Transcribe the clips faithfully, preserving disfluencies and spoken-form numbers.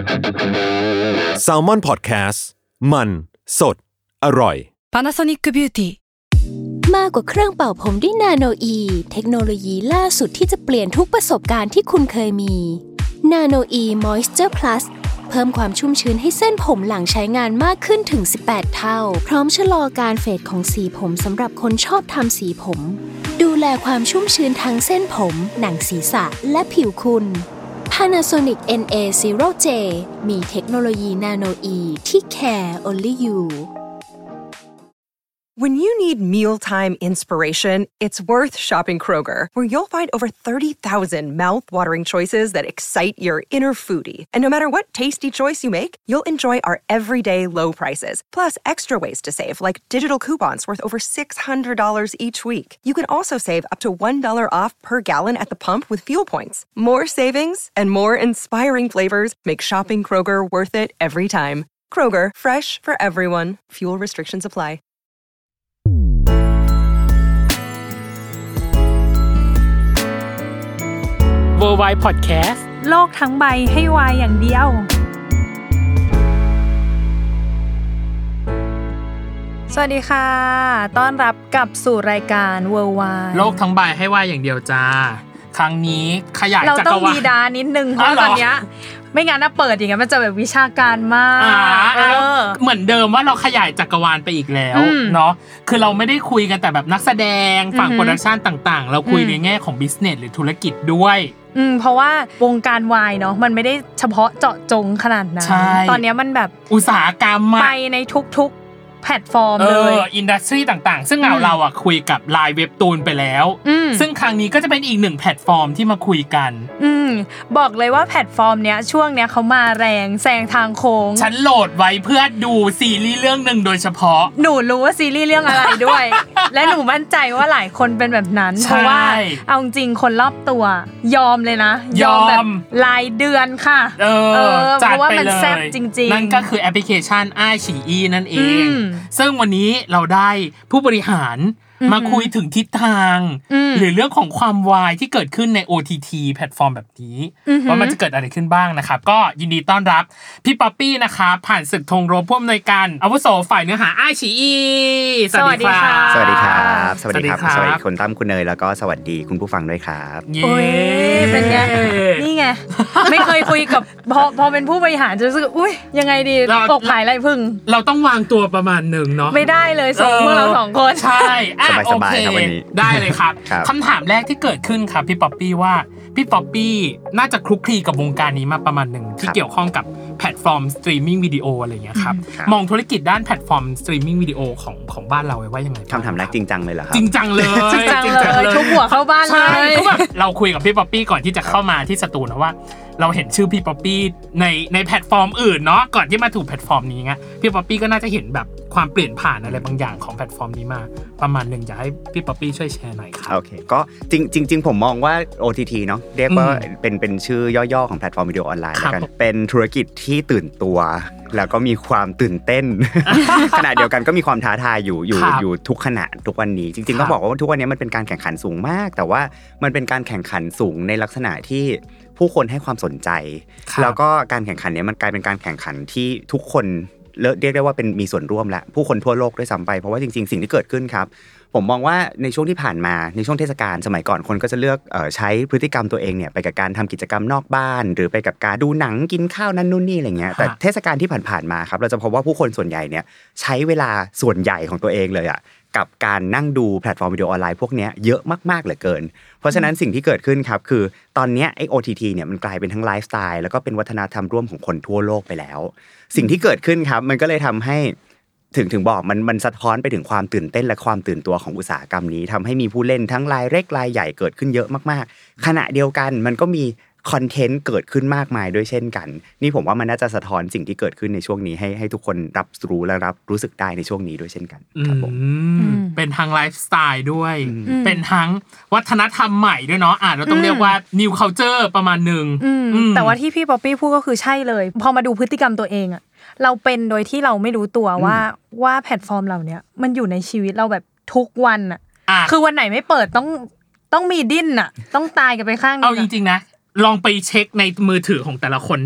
Salmon Podcast มันสดอร่อย Panasonic Beauty มากกว่าเครื่องเป่าผมด้วยนาโนอีเทคโนโลยีล่าสุดที่จะเปลี่ยนทุกประสบการณ์ที่คุณเคยมีนาโนอี Moisture Plus เพิ่มความชุ่มชื้นให้เส้นผมหลังใช้งานมากขึ้นถึงสิบแปดเท่าพร้อมชะลอการเฟดของสีผมสำหรับคนชอบทำสีผมดูแลความชุ่มชื้นทั้งเส้นผมหนังศีรษะและผิวคุณ Panasonic เอ็น เอ ศูนย์ เจ มีเทคโนโลยีนาโนอีที่ care only you When you need mealtime inspiration, it's worth shopping Kroger, where you'll find over thirty thousand mouth-watering choices that excite your inner foodie. And no matter what tasty choice you make, you'll enjoy our everyday low prices, plus extra ways to save, like digital coupons worth over six hundred dollars each week. You can also save up to one dollar off per gallon at the pump with fuel points. More savings and more inspiring flavors make shopping Kroger worth it every time. Kroger, fresh for everyone. Fuel restrictions apply. Worldwide Podcast โลกทั้งใบให้วายอย่างเดียวสวัสดีค่ะต้อนรับกลับสู่รายการ Worldwide โลกทั้งใบให้วายอย่างเดียวจ้าครั้งนี้ขยายจักรวาลเราต้องดีดานิดนึงเพราะตอนเนี้ยไม่งั้นถ้าเปิดอย่างเงี้ยมันจะแบบวิชาการมากเออเหมือนเดิมว่าเราขยายจักรวาลไปอีกแล้วเนาะคือเราไม่ได้คุยกันแต่แบบนักแสดงฝั่งโปรดักชันต่างๆเราคุยในแง่ของบิสเนสหรือธุรกิจด้วยอืมเพราะว่าวงการวายเนาะมันไม่ได้เฉพาะเจาะจงขนาดนั้นตอนนี้มันแบบอุตสาหกรรมไปในทุกๆแพลตฟอร์มเลยเอออินดัสทรีต่างๆซึ่งเราเราอ่ะคุยกับ ไลน์ เว็บตูนไปแล้วซึ่งครั้งนี้ก็จะเป็นอีกหนึ่งแพลตฟอร์มที่มาคุยกันอืมบอกเลยว่าแพลตฟอร์มเนี้ยช่วงเนี้ยเขามาแรงแซงทางโค้งฉันโหลดไว้เพื่อดูซีรีส์เรื่องนึงโดยเฉพาะหนูรู้ว่าซีรีส์เรื่องอะไรด้วย และหนูมั่นใจว่าหลายคนเป็นแบบนั้นเพราะว่าเอาจริงคนรอบตัวยอมเลยนะยอมแบบรายเดือนค่ะเออเพราะว่ามันแซ่บจริงๆนั่นก็คือแอปพลิเคชันอ้ายฉีอี้นั่นเองซึ่งวันนี้เราได้ผู้บริหารมาคุยถึงทิศทางหรือเรื่องของความวายที่เกิดขึ้นใน โอ ที ที แพลตฟอร์มแบบนี้ว่ามันจะเกิดอะไรขึ้นบ้างนะครับก็ยินดีต้อนรับพี่ป๊อปปี้นะคะผ่านศึกธงรบผู้อำนวยการอาวุโสฝ่ายเนื้อหาอ้ายฉีอี้สวัสดีครับสวัสดีครับสวัสดีครับสวัสดีคุณตั้มคุณเนยแล้วก็สวัสดีคุณผู้ฟังด้วยครับโอ้ยเป็นไงนี่ไงไม่เคยคุยกับพอพอเป็นผู้บริหารจะรู้สึกอุ๊ยยังไงดีตกหายไรพึ่งเราต้องวางตัวประมาณนึงเนาะไม่ได้เลยสองพวกเราสองคนใช่โอเคได้เลยครับคำถามแรกที่เกิดขึ้นครับพี่ป๊อปปี้ว่าพี่ป๊อปปี้น่าจะคลุกคลีกับวงการนี้มาประมาณหนึ่งที่เกี่ยวข้องกับแพลตฟอร์มสตรีมมิ่งวิดีโออะไรอย่างเงี้ยครับมองธุรกิจด้านแพลตฟอร์มสตรีมมิ่งวิดีโอของของบ้านเราไว้ว่ายังไงคำถามแรกจริงจังเลยเหรอครับจริงจังเลยจริงจังเลยทุกหัวเข้าบ้านเลยเราคุยกับพี่ป๊อปปี้ก่อนที่จะเข้ามาที่สตูนะว่าเราเห็นชื่อพี่ป๊อปปี้ในในแพลตฟอร์มอื่นเนาะก่อนที่มาถูกแพลตฟอร์มนี้ไงพี่ป๊อปปี้ก็น่าจะเห็นแบบความเปลี่ยนผ่านอะไรบางอย่างของแพลตฟอร์มนี้มาประมาณนึงอยากให้พี่ป๊อปปี้ช่วยแชร์หน่อยครับโอเคก็จริงจริงผมมองว่า โอ ที ที เนาะเรียกว่าเป็นเป็นชื่อย่อๆของแพลตฟอร์มวิดีโอออนไลน์แล้วกันเป็นธุรกิจที่ตื่นตัวแล้วก็มีความตื่นเต้นขณะเดียวกันก็มีความท้าทายอยู่อยู่อยู่ทุกขณะทุกวันนี้จริงๆต้องบอกว่าทุกวันนี้มันเป็นการแข่งขันสูงมากแต่ว่ามันเป็นการแข่งขันสูงในลักษณะที่ผู้คนให้ความสนใจแล้วก็การแข่งขันนี้มันกลายเป็นการแข่งขันที่ทุกคนเรียกได้ว่าเป็นมีส่วนร่วมและผู้คนทั่วโลกด้วยซ้ำไปเพราะว่าจริงๆสิ่งที่เกิดขึ้นครับผมมองว่าในช่วงที่ผ่านมาในช่วงเทศกาลสมัยก่อนคนก็จะเลือกเอ่อใช้พฤติกรรมตัวเองเนี่ยไปกับการทำกิจกรรมนอกบ้านหรือไปกับการดูหนังกินข้าวนั่นนู่นนี่อะไรเงี้ยแต่เทศกาลที่ผ่านๆมาครับเราจะพบว่าผู้คนส่วนใหญ่เนี่ยใช้เวลาส่วนใหญ่ของตัวเองเลยอ่ะกับการนั่งดูแพลตฟอร์มวิดีโอออนไลน์พวกนี้เยอะมากๆเหลือเกินเพราะฉะนั้นสิ่งที่เกิดขึ้นครับคือตอนนี้ไอ้ โอ ที ที เนี่ยมันกลายเป็นทั้งไลฟ์สไตล์แล้วก็เป็นวัฒนธรรมร่วมของคนทั่วโลกไปแล้วสิ่งที่เกิดขึ้นครับมันก็เลยทำให้ถึงถึงบอกมันมันสะท้อนไปถึงความตื่นเต้นและความตื่นตัวของอุตสาหกรรมนี้ทำให้มีผู้เล่นทั้งรายเล็กรายใหญ่เกิดขึ้นเยอะมากๆขณะเดียวกันมันก็มีคอนเทนต์เกิดขึ้นมากมายด้วยเช่นกันนี่ผมว่ามันน่าจะสะท้อนสิ่งที่เกิดขึ้นในช่วงนี้ให้ให้ทุกคนรับรู้และรับรู้สึกได้ในช่วงนี้ด้วยเช่นกันครับผมเป็นทั้งไลฟ์สไตล์ด้วยเป็นทั้งวัฒนธรรมใหม่ด้วยเนาะอ่ะเราต้องเรียกว่า new culture ประมาณนึงแต่ว่าที่พี่ป๊อปปี้พูดก็คือใช่เลยพอมาดูพฤติกรรมตัวเองอะเราเป็นโดยที่เราไม่รู้ตัวว่าว่าแพลตฟอร์มเหล่านี้มันอยู่ในชีวิตเราแบบทุกวันอะคือวันไหนไม่เปิดต้องต้องมีดิ้นอะต้องตายกันไปข้างนึงเอาจริงๆนะลองไปเช็คในมือถือของแต่ละคนดู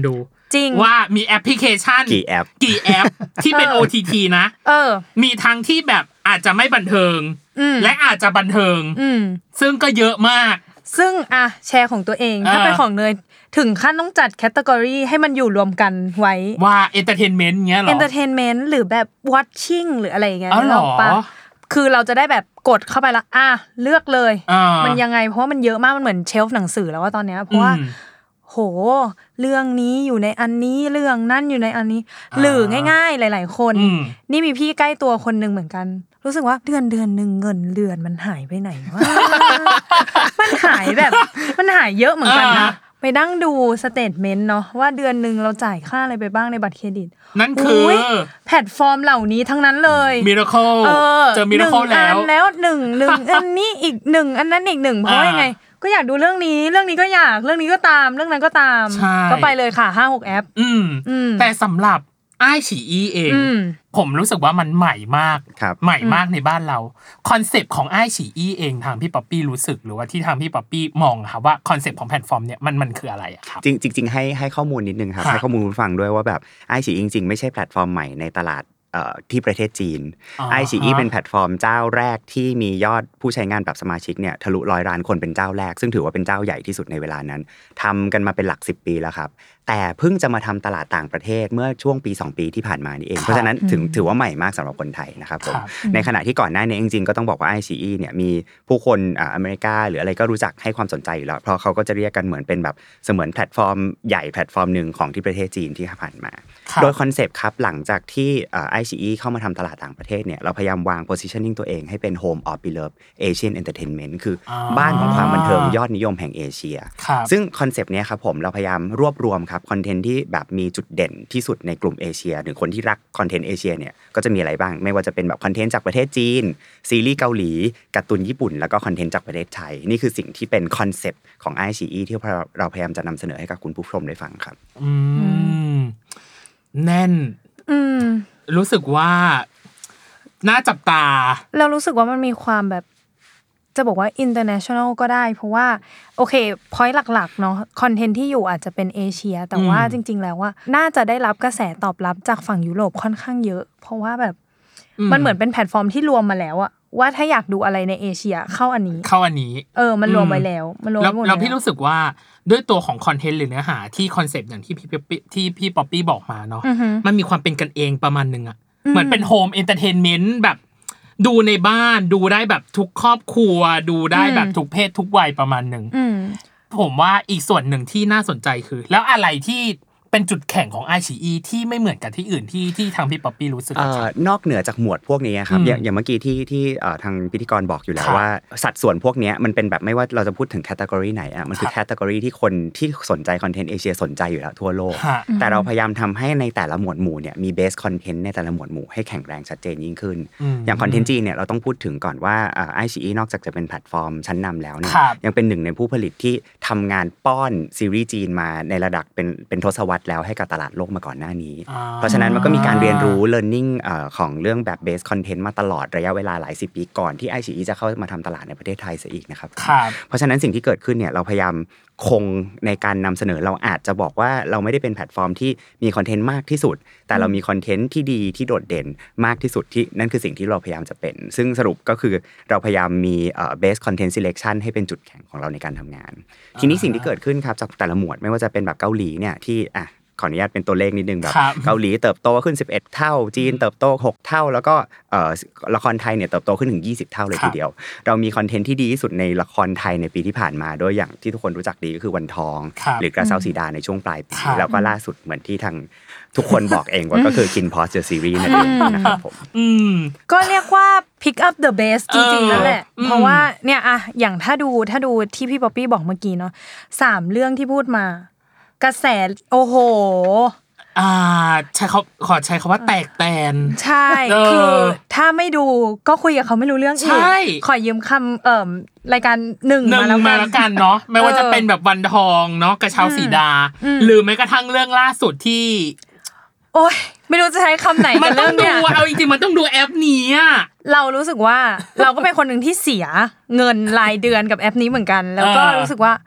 จริงว่ามีแอปพลิเคชันกี่แอปกี่แอปที่เป็น โอ ที ที นะเออมีทั้งที่แบบอาจจะไม่บันเทิงและอาจจะบันเทิงซึ่งก็เยอะมากซึ่งอ่ะแชร์ของตัวเองถ้าเป็นของเนยถึงขั้นต้องจัดแคตตากรีให้มันอยู่รวมกันไว้ว่าเอนเตอร์เทนเมนต์เงี้ยหรอเอนเตอร์เทนเมนต์หรือแบบวอทชิ่งหรืออะไรอย่างเงี้ยเราปะคือเราจะได้แบบกดเข้าไปแล้วอ่ะเลือกเลยมันยังไงเพราะว่ามันเยอะมากมันเหมือนเชลฟ์หนังสือแล้วว่าตอนเนี้ยเพราะว่าโหเรื่องนี้อยู่ในอันนี้เรื่องนั้นอยู่ในอันนี้หรือง่ายๆหลายๆคนนี่มีพี่ใกล้ตัวคนนึงเหมือนกันรู้สึกว่าเดือนเดือนนึงเงินเดือนมันหายไปไหนวะมันหายแบบมันหายเยอะเหมือนกันนะไปนั่งดูสเตทเมนต์เนาะว่าเดือนนึงเราจ่ายค่าอะไรไปบ้างในบัตรเครดิตนั่นคือแพลตฟอร์มเหล่านี้ทั้งนั้นเลย Miracle เจอ Miracle แล้วแล้วหนึ่ง หนึ่งอันนี้อีกหนึ่งอันนั้นอีกหนึ่งเพราะยังไงก็อยากดูเรื่องนี้เรื่องนี้ก็อยากเรื่องนี้ก็ตามเรื่องนั้นก็ตามก็ไปเลยค่ะ ห้าหก แอปอืมแต่สำหรับอ้ายฉีอี้เองผมรู้สึกว่ามันใหม่มากใหม่มากในบ้านเราคอนเซปต์ของอ้ายฉีอี้เองทางพี่ป๊อปปี้รู้สึกหรือว่าที่ทางพี่ป๊อปปี้มองค่ะว่าคอนเซปต์ของแพลตฟอร์มเนี่ยมันมันคืออะไรอะครับจริงจริงให้ให้ข้อมูลนิดนึงครับให้ข้อมูลผู้ฟังด้วยว่าแบบอ้ายฉีอี้จริงๆไม่ใช่แพลตฟอร์มใหม่ในตลาดที่ประเทศจีน ไอ ซี อี เป็นแพลตฟอร์มเจ้าแรกที่มียอดผู้ใช้งานแบบสมาชิกเนี่ยทะลุร้อยล้านคนเป็นเจ้าแรกซึ่งถือว่าเป็นเจ้าใหญ่ที่สุดในเวลานั้นทำกันมาเป็นหลักสิบปีแล้วครับแต่เพิ่งจะมาทำตลาดต่างประเทศเมื่อช่วงปีสองปีที่ผ่านมานี่เองเพราะฉะนั้นถึงถือว่าใหม่มากสำหรับคนไทยนะครับผมในขณะที่ก่อนหน้านี้จริงๆก็ต้องบอกว่า ไอ ซี อี เนี่ยมีผู้คนอเมริกาหรืออะไรก็รู้จักให้ความสนใจอยู่แล้วเพราะเขาก็จะเรียกกันเหมือนเป็นแบบเสมือนแพลตฟอร์มใหญ่แพลตฟอร์มนึงของที่ประเทศจีนที่ผ่านมาโดยคอนเซปต์ครับหลังจากที่ ไอ ซี อี เข้ามาทำตลาดต่างประเทศเนี่ยเราพยายามวาง positioning ตัวเองให้เป็น home of beloved Asian entertainment คือบ้านของความบันเทิงยอดนิยมแห่งเอเชียซึ่งคอนเซปต์นี้ครับผมเราพยายามรวบรวมครับคอนเทนต์ที่แบบมีจุดเด่นที่สุดในกลุ่มเอเชียหรือคนที่รักคอนเทนต์เอเชียเนี่ยก็จะมีอะไรบ้างไม่ว่าจะเป็นแบบคอนเทนต์จากประเทศจีนซีรีส์เกาหลีการ์ตูนญี่ปุ่นแล้วก็คอนเทนต์จากประเทศไทยนี่คือสิ่งที่เป็นคอนเซปต์ของ ไอ ซี อี ที่เราพยายามจะนำเสนอให้กับคุณผู้ชมได้ฟังครับอืมแน่นรู้สึกว่าน่าจับตาเรารู้สึกว่ามันมีความแบบจะบอกว่า international ก็ได้เพราะว่าโอเค point หลักๆเนาะคอนเทนต์ที่อยู่อาจจะเป็นเอเชียแต่ว่าจริงๆแล้วว่าน่าจะได้รับกระแสตอบรับจากฝั่งยุโรปค่อนข้างเยอะเพราะว่าแบบมันเหมือนเป็นแพลตฟอร์มที่รวมมาแล้วอะว่าถ้าอยากดูอะไรในเอเชียเข้าอันนี้เข้าอันนี้เออมันรวมไว้แล้วมันรวมหมดแล้วแล้วพี่รู้สึกว่าด้วยตัวของคอนเทนต์หรือเนื้อหาที่คอนเซปต์อย่างที่พี่ที่พี่ป๊อปปี้บอกมาเนาะมันมีความเป็นกันเองประมาณนึงอะเหมือนเป็นโฮมเอนเตอร์เทนเมนต์แบบดูในบ้านดูได้แบบทุกครอบครัวดูได้แบบทุกเพศทุกวัยประมาณนึงผมว่าอีกส่วนหนึ่งที่น่าสนใจคือแล้วอะไรที่เป็นจุดแข็งของ ไอ ซี อี ที่ไม่เหมือนกับที่อื่นที่ที่ทางพี่ป๊อปปี้รู้สึกนอกเหนือจากหมวดพวกนี้ครับอย่างอย่างเมื่อกี้ที่ที่ทางพิธีกรบอกอยู่แล้วว่าสัดส่วนพวกนี้มันเป็นแบบไม่ว่าเราจะพูดถึงแคตตากรีไหนอ่ะมันคือแคตตากรีที่คนที่สนใจคอนเทนต์เอเชียสนใจอยู่แล้วทั่วโลกแต่เราพยายามทำให้ในแต่ละหมวดหมู่เนี่ยมีเบสคอนเทนต์ในแต่ละหมวดหมู่ให้แข็งแรงชัดเจนยิ่งขึ้นอย่างคอนเทนต์จีนเนี่ยเราต้องพูดถึงก่อนว่า ไอ ซี อี นอกจากจะเป็นแพลตฟอร์มชั้นนำแล้วเนี่ยยังเป็นหนึ่งในผู้ผลิตที่ทำงานป้อนซีรีส์จีนมาในระดับเป็นเป็นทศวรรษแล้วให้กับตลาดโลกมาก่อนหน้านี้เพราะฉะนั้นมันก็มีการเรียนรู้ learning เอ่อของเรื่องแบบ base content มาตลอดระยะเวลาหลายสิบปีก่อนที่ ไอ ซี อี จะเข้ามาทำตลาดในประเทศไทยซะอีกนะครับเพราะฉะนั้นสิ่งที่เกิดขึ้นเนี่ยเราพยายามคงในการนำเสนอเราอาจจะบอกว่าเราไม่ได้เป็นแพลตฟอร์มที่มีคอนเทนต์มากที่สุดแต่เรามีคอนเทนต์ที่ดีที่โดดเด่นมากที่สุดที่นั่นคือสิ่งที่เราพยายามจะเป็นซึ่งสรุปก็คือเราพยายามมีเอ่อ base content selection ให้เป็นจุดแข็งของเราในการทำงานทีนี้สิ่งที่เกิดขึ้นครับจากแต่ละหมวดไม่ว่าจะเป็นแบบเกาหลีเนี่ยที่อ่ะขออนุญาตเป็นตัวเลขนิดนึงแบบเกาหลีเติบโตขึ้นสิบเอ็ดเท่าจีนเติบโตหกเท่าแล้วก็เอ่อละครไทยเนี่ยเติบโตขึ้นถึงยี่สิบเท่าเลยทีเดียวเรามีคอนเทนต์ที่ดีที่สุดในละครไทยในปีที่ผ่านมาโดยอย่างที่ทุกคนรู้จักดีก็คือวันทองหรือกระเช้าสีดาในช่วงปลายปีแล้วก็ล่าสุดเหมือนที่ทางทุกคนบอกเองว่าก็คือ Kin Pos The Series นั่นเองนะครับผมก็เรียกว่า pick up the best จริงๆนั่นแหละเพราะว่าเนี่ยอะอย่างถ้าดูถ้าดูที่พี่ป๊อปปี้บอกเมื่อกี้เนาะสามเรื่องที่พูดมากระแสโอ้โหอ่าใช้เขาขอใช้คำว่าแตกแตนใช่คือถ้าไม่ดูก็คุยกับเขาไม่รู้เรื่องอีกขอยืมคำเอ่อรายการหนึ่งมาแล้วกันเนาะไม่ว่าจะเป็นแบบวันทองเนาะกระเช้าสีดาหรือแม้กระทั่งเรื่องล่าสุดที่โอ๊ยไม่รู้จะใช้คำไหนกันเรื่องเนี้ยมันต้องดูเอาจริงๆมันต้องดูแอปนี้อ่ะเรารู้สึกว่าเราก็เป็นคนนึงที่เสียเงินรายเดือนกับแอปนี้เหมือนกันแล้วก็รู้สึกว่า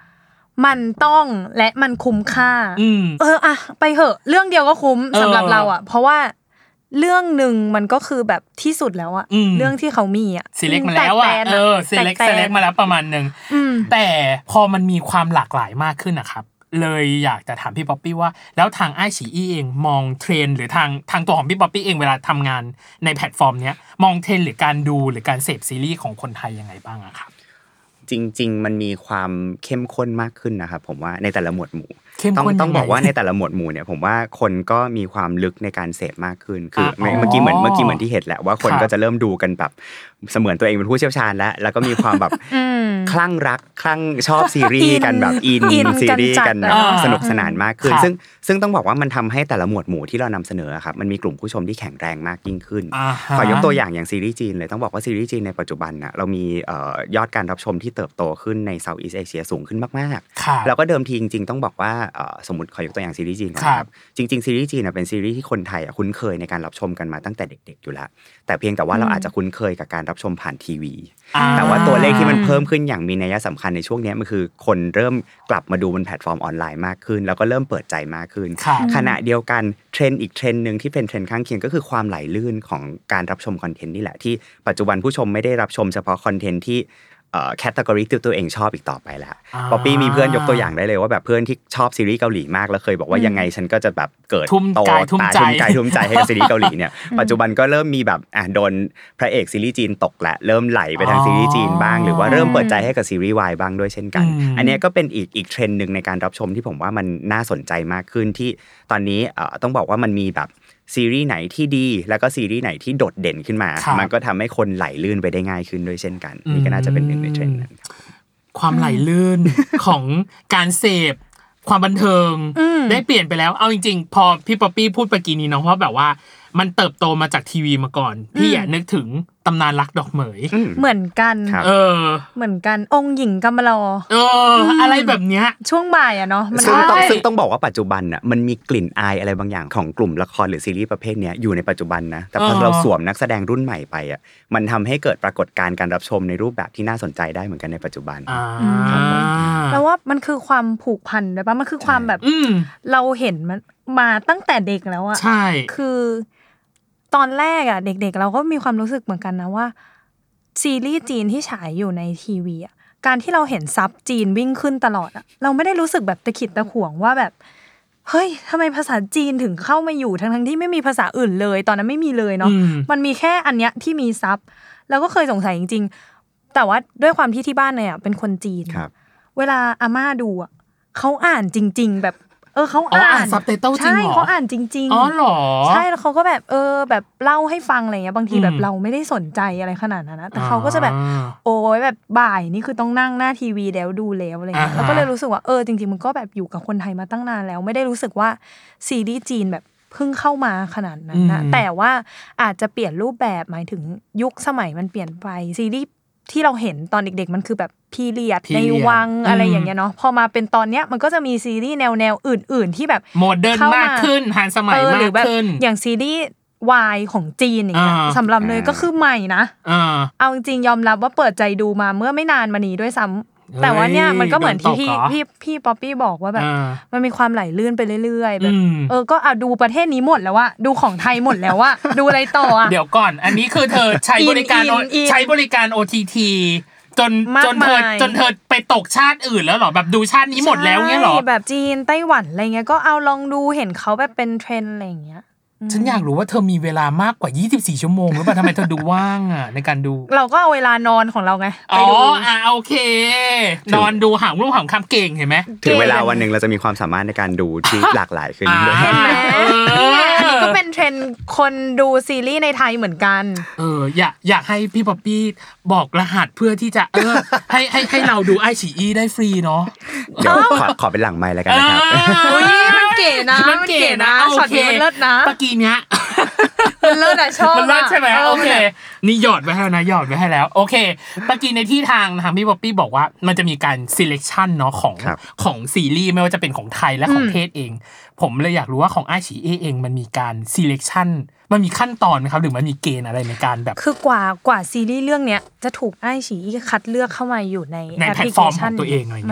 มันต้องและมันคุ้มค่าเอออะไปเหอะเรื่องเดียวก็คุ้มสำหรับเราอ่ะเพราะว่าเรื่องนึงมันก็คือแบบที่สุดแล้วอ่ะเรื่องที่เขามีอ่ะ select มาแล้วอ่ะเออ select select มาแล้วประมาณนึงแต่พอมันมีความหลากหลายมากขึ้นนะครับเลยอยากจะถามพี่ป๊อปปี้ว่าแล้วทางไอฉีอีเองมองเทรนด์หรือทางทางตัวของพี่ป๊อปปี้เองเวลาทำงานในแพลตฟอร์มเนี้ยมองเทรนด์หรือการดูหรือการเสพซีรีส์ของคนไทยยังไงบ้างอะครับจริงๆมันมีความเข้มข้นมากขึ้นนะครับผมว่าในแต่ละหมวดหมู่ต้องต้องบอกว่าในแต่ละหมวดหมู่เนี่ยผมว่าคนก็มีความลึกในการเสพมากขึ้นคือเมื่อกี้เหมือนเมื่อกี้เหมือนที่เห็นแหละว่าคนก็จะเริ่มดูกันแบบเสมือนตัวเองเป็นผู้เชี่ยวชาญแล้วแล้วก็มีความแบบคลั่งรักคลั่งชอบซีรีส์กันแบบอินซีรีส์กันแบบสนุกสนานมากขึ้นซึ่งซึ่งต้องบอกว่ามันทำให้แต่ละหมวดหมู่ที่เรานำเสนอครับมันมีกลุ่มผู้ชมที่แข็งแรงมากยิ่งขึ้นขอยกตัวอย่างอย่างซีรีส์จีนเลยต้องบอกว่าซีรีส์จีนในปัจจุบันน่ะเรามียอดการรับชมที่เติบโตขึ้นในเซาท์อีสต์เอเชียสูงขึ้นมากๆแล้วก็เดิมทีจริงๆต้องบอกว่าสมมุติขอยกตัวอย่างซีรีส์จีนก่อนครับจริงๆซีรีส์จีนเป็นซีรีส์ที่คนไทยคุ้นเคยในการรับชมกันมาตั้งแต่เด็กๆอยู่แล้วแต่เพียงแต่ว่าเราอาจจะคุ้นเคยกับการรับชมผ่านทีวีแต่ว่าตัวเลขที่มันเพิ่มขึ้นอย่างมีนัยสำคัญในช่วงนี้มันคือคนเริ่มกลับมาดูบนแพลตฟอร์มออนไลน์มากขึ้นแล้วก็เริ่มเปิดใจมากขึ้นขณะเดียวกันเทรนด์อีกเทรนด์นึงที่เป็นเทรนด์ข้างเคียงก็คือความไหลลื่นของการรับชมคอนเทนต์นี่แหละที่ปัจจุบันผู้ชมไม่ได้รับชมเฉพาะคอนเทนต์ที่เอ่อแคตตากรีที่ตัวเองชอบอีกต่อไปแล้วป๊อปปี้มีเพื่อนยกตัวอย่างได้เลยว่าแบบเพื่อนที่ชอบซีรีส์เกาหลีมากแล้วเคยบอกว่ายังไงฉันก็จะแบบเกิดโตตายทุ่มใจทุ่มใจให้กับซีรีส์เกาหลีเนี่ยปัจจุบันก็เริ่มมีแบบอ่ะโดนพระเอกซีรีส์จีนตกแล้วเริ่มไหลไปทางซีรีส์จีนบ้างหรือว่าเริ่มเปิดใจให้กับซีรีส์วายบ้างด้วยเช่นกันอันนี้ก็เป็นอีกอีกเทรนด์นึงในการรับชมที่ผมว่ามันน่าสนใจมากขึ้นที่ตอนนี้เอ่อต้องบอกว่ามันมีแบบซีรีส์ไหนที่ดีแล้วก็ซีรีส์ไหนที่โดดเด่นขึ้นมามันก็ทำให้คนไหลลื่นไปได้ง่ายขึ้นด้วยเช่นกันนี่ก็น่าจะเป็นหนึ่งในเทรนด์นั้นความไหลลื่นของการเสพความบันเทิงได้เปลี่ยนไปแล้วเอาจริงๆพอพี่ป๊อปปี้พูดเมื่อกี้นี้เนาะเพราะแบบว่ามันเติบโตมาจากทีวีมาก่อนพี่อ่ะนึกถึงตำนานรักดอกเหมยเหมือนกันเออเหมือนกันองค์หญิงกำมะลอเอออะไรแบบเนี้ยช่วงบ่ายอ่ะเนาะซึ่งต้องซึ่งต้องบอกว่าปัจจุบันน่ะมันมีกลิ่นอายอะไรบางอย่างของกลุ่มละครหรือซีรีส์ประเภทเนี้ยอยู่ในปัจจุบันนะแต่พอเราสวมนักแสดงรุ่นใหม่ไปอ่ะมันทำให้เกิดปรากฏการณ์การรับชมในรูปแบบที่น่าสนใจได้เหมือนกันในปัจจุบันแล้วว่ามันคือความผูกพันด้วยป่ะมันคือความแบบเราเห็นมันมาตั้งแต่เด็กแล้วอ่ะใช่คือตอนแรกอ่ะเด็กๆเราก็มีความรู้สึกเหมือนกันนะว่าซีรีส์จีนที่ฉายอยู่ในทีวีอ่ะการที่เราเห็นซับจีนวิ่งขึ้นตลอดอ่ะเราไม่ได้รู้สึกแบบตะขิดตะขวงว่าแบบเฮ้ยทำไมภาษาจีนถึงเข้ามาอยู่ทั้งๆที่ไม่มีภาษาอื่นเลยตอนนั้นไม่มีเลยเนาะมันมีแค่อันเนี้ยที่มีซับแล้วก็เคยสงสัยจริงๆแต่ว่าด้วยความที่ที่บ้านเนี่ยเป็นคนจีนเวลาอาม่าดูอ่ะเขาอ่านจริงๆแบบเออเขาอ่านซับไตเติลจริงเหรอใช่เขาอ่านจริงๆอ๋อเหรอใช่แล้วเขาก็แบบเออแบบเล่าให้ฟังอะไรเงี้ยบางทีแบบเราไม่ได้สนใจอะไรขนาดนั้นนะแต่เขาก็จะแบบโอ้ยแบบบ่ายนี่คือต้องนั่งหน้าทีวีแล้วดูแล้วอะไรเงี้ยแล้วก็เลยรู้สึกว่าเออจริงๆมันก็แบบอยู่กับคนไทยมาตั้งนานแล้วไม่ได้รู้สึกว่าซีรีส์จีนแบบเพิ่งเข้ามาขนาดนั้นนะแต่ว่าอาจจะเปลี่ยนรูปแบบหมายถึงยุคสมัยมันเปลี่ยนไปซีรีส์ที่เราเห็นตอนเด็กๆมันคือแบบพีเรียดในวังอะไรอย่างเงี้ยเนาะพอมาเป็นตอนเนี้ยมันก็จะมีซีรีส์แนวๆอื่นๆที่แบบโมเดิร์นมากขึ้นทันสมัยมากขึ้นอย่างซีรีส์วายของจีนอย่างเงี้ยสำหรับเนยก็คือใหม่นะเอาจริงๆยอมรับว่าเปิดใจดูมาเมื่อไม่นานมานี้ด้วยซ้ำแต่ว่าเนี่ยมันก็เหมือนที่พี่พี่พี่ป๊อปปี้บอกว่าแบบมันมีความไหลลื่นไปเรื่อยๆแบบเออก็เอาดูประเทศนี้หมดแล้วว่าดูของไทยหมดแล้วว่าดูอะไรต่ออ่ะเดี๋ยวก่อนอันนี้คือเธอใช้บริการใช้บริการ โอ ที ทีจนจนเธอจนเธอไปตกชาติอื่นแล้วหรอแบบดูชาตินี้หมดแล้วเงี้ยหรอแบบจีนไต้หวันอะไรเงี้ยก็เอาลองดูเห็นเขาแบบเป็นเทรนด์อะไรอย่างเงี้ยฉันอยากรู้ว่าเธอมีเวลามากกว่ายี่สิบสี่ชั่วโมงหรือเปล่าทำไมเธอดูว่างอ่ะในการดูเราก็เอาเวลานอนของเราไงไปดูอ๋ออ่ะโอเคนอนดูหางรุ่งหางค่ำเก่งเห็นไหมถึงเวลาวันนึงเราจะมีความสามารถในการดูที่หลากหลายขึ้นด้วยเห็นไหมอันนี้ก็เป็นเทรนด์คนดูซีรีส์ในไทยเหมือนกันเอออยากอยากให้พี่ป๊อปปี้บอกรหัสเพื่อที่จะเออให้ให้ให้เราดูไอฉีอีได้ฟรีเนาะเดี๋ยวขอขอเป็นหลังไมค์แล้วกันนะครับอุ้ยมันเก๋นะมันเก๋นะช็อตนี้มันเลิศนะเมื่อกี้เนี้ยมันเลิศอ่ะชอบมันเลิศใช่ไหมโอเคนี่หยอดไว้ให้นะหยอดไว้ให้แล้วโอเคเมื่อกี้ในที่ทางทางพี่ป๊อปปี้บอกว่ามันจะมีการ selection เนาะของของซีรีส์ไม่ว่าจะเป็นของไทยและของเทศเองผมเลยอยากรู้ว่าของไอฉีอีเองมันมีการ selection มันมีขั้นตอนไหมครับหรือมันมีเกณฑ์อะไรในการแบบคือกว่ากว่าซีรีส์เรื่องเนี้ยจะถูกไอฉีอีคัดเลือกเข้ามาอยู่ในในแพลตฟอร์มของตัวเองอะไรเงี้ยครับ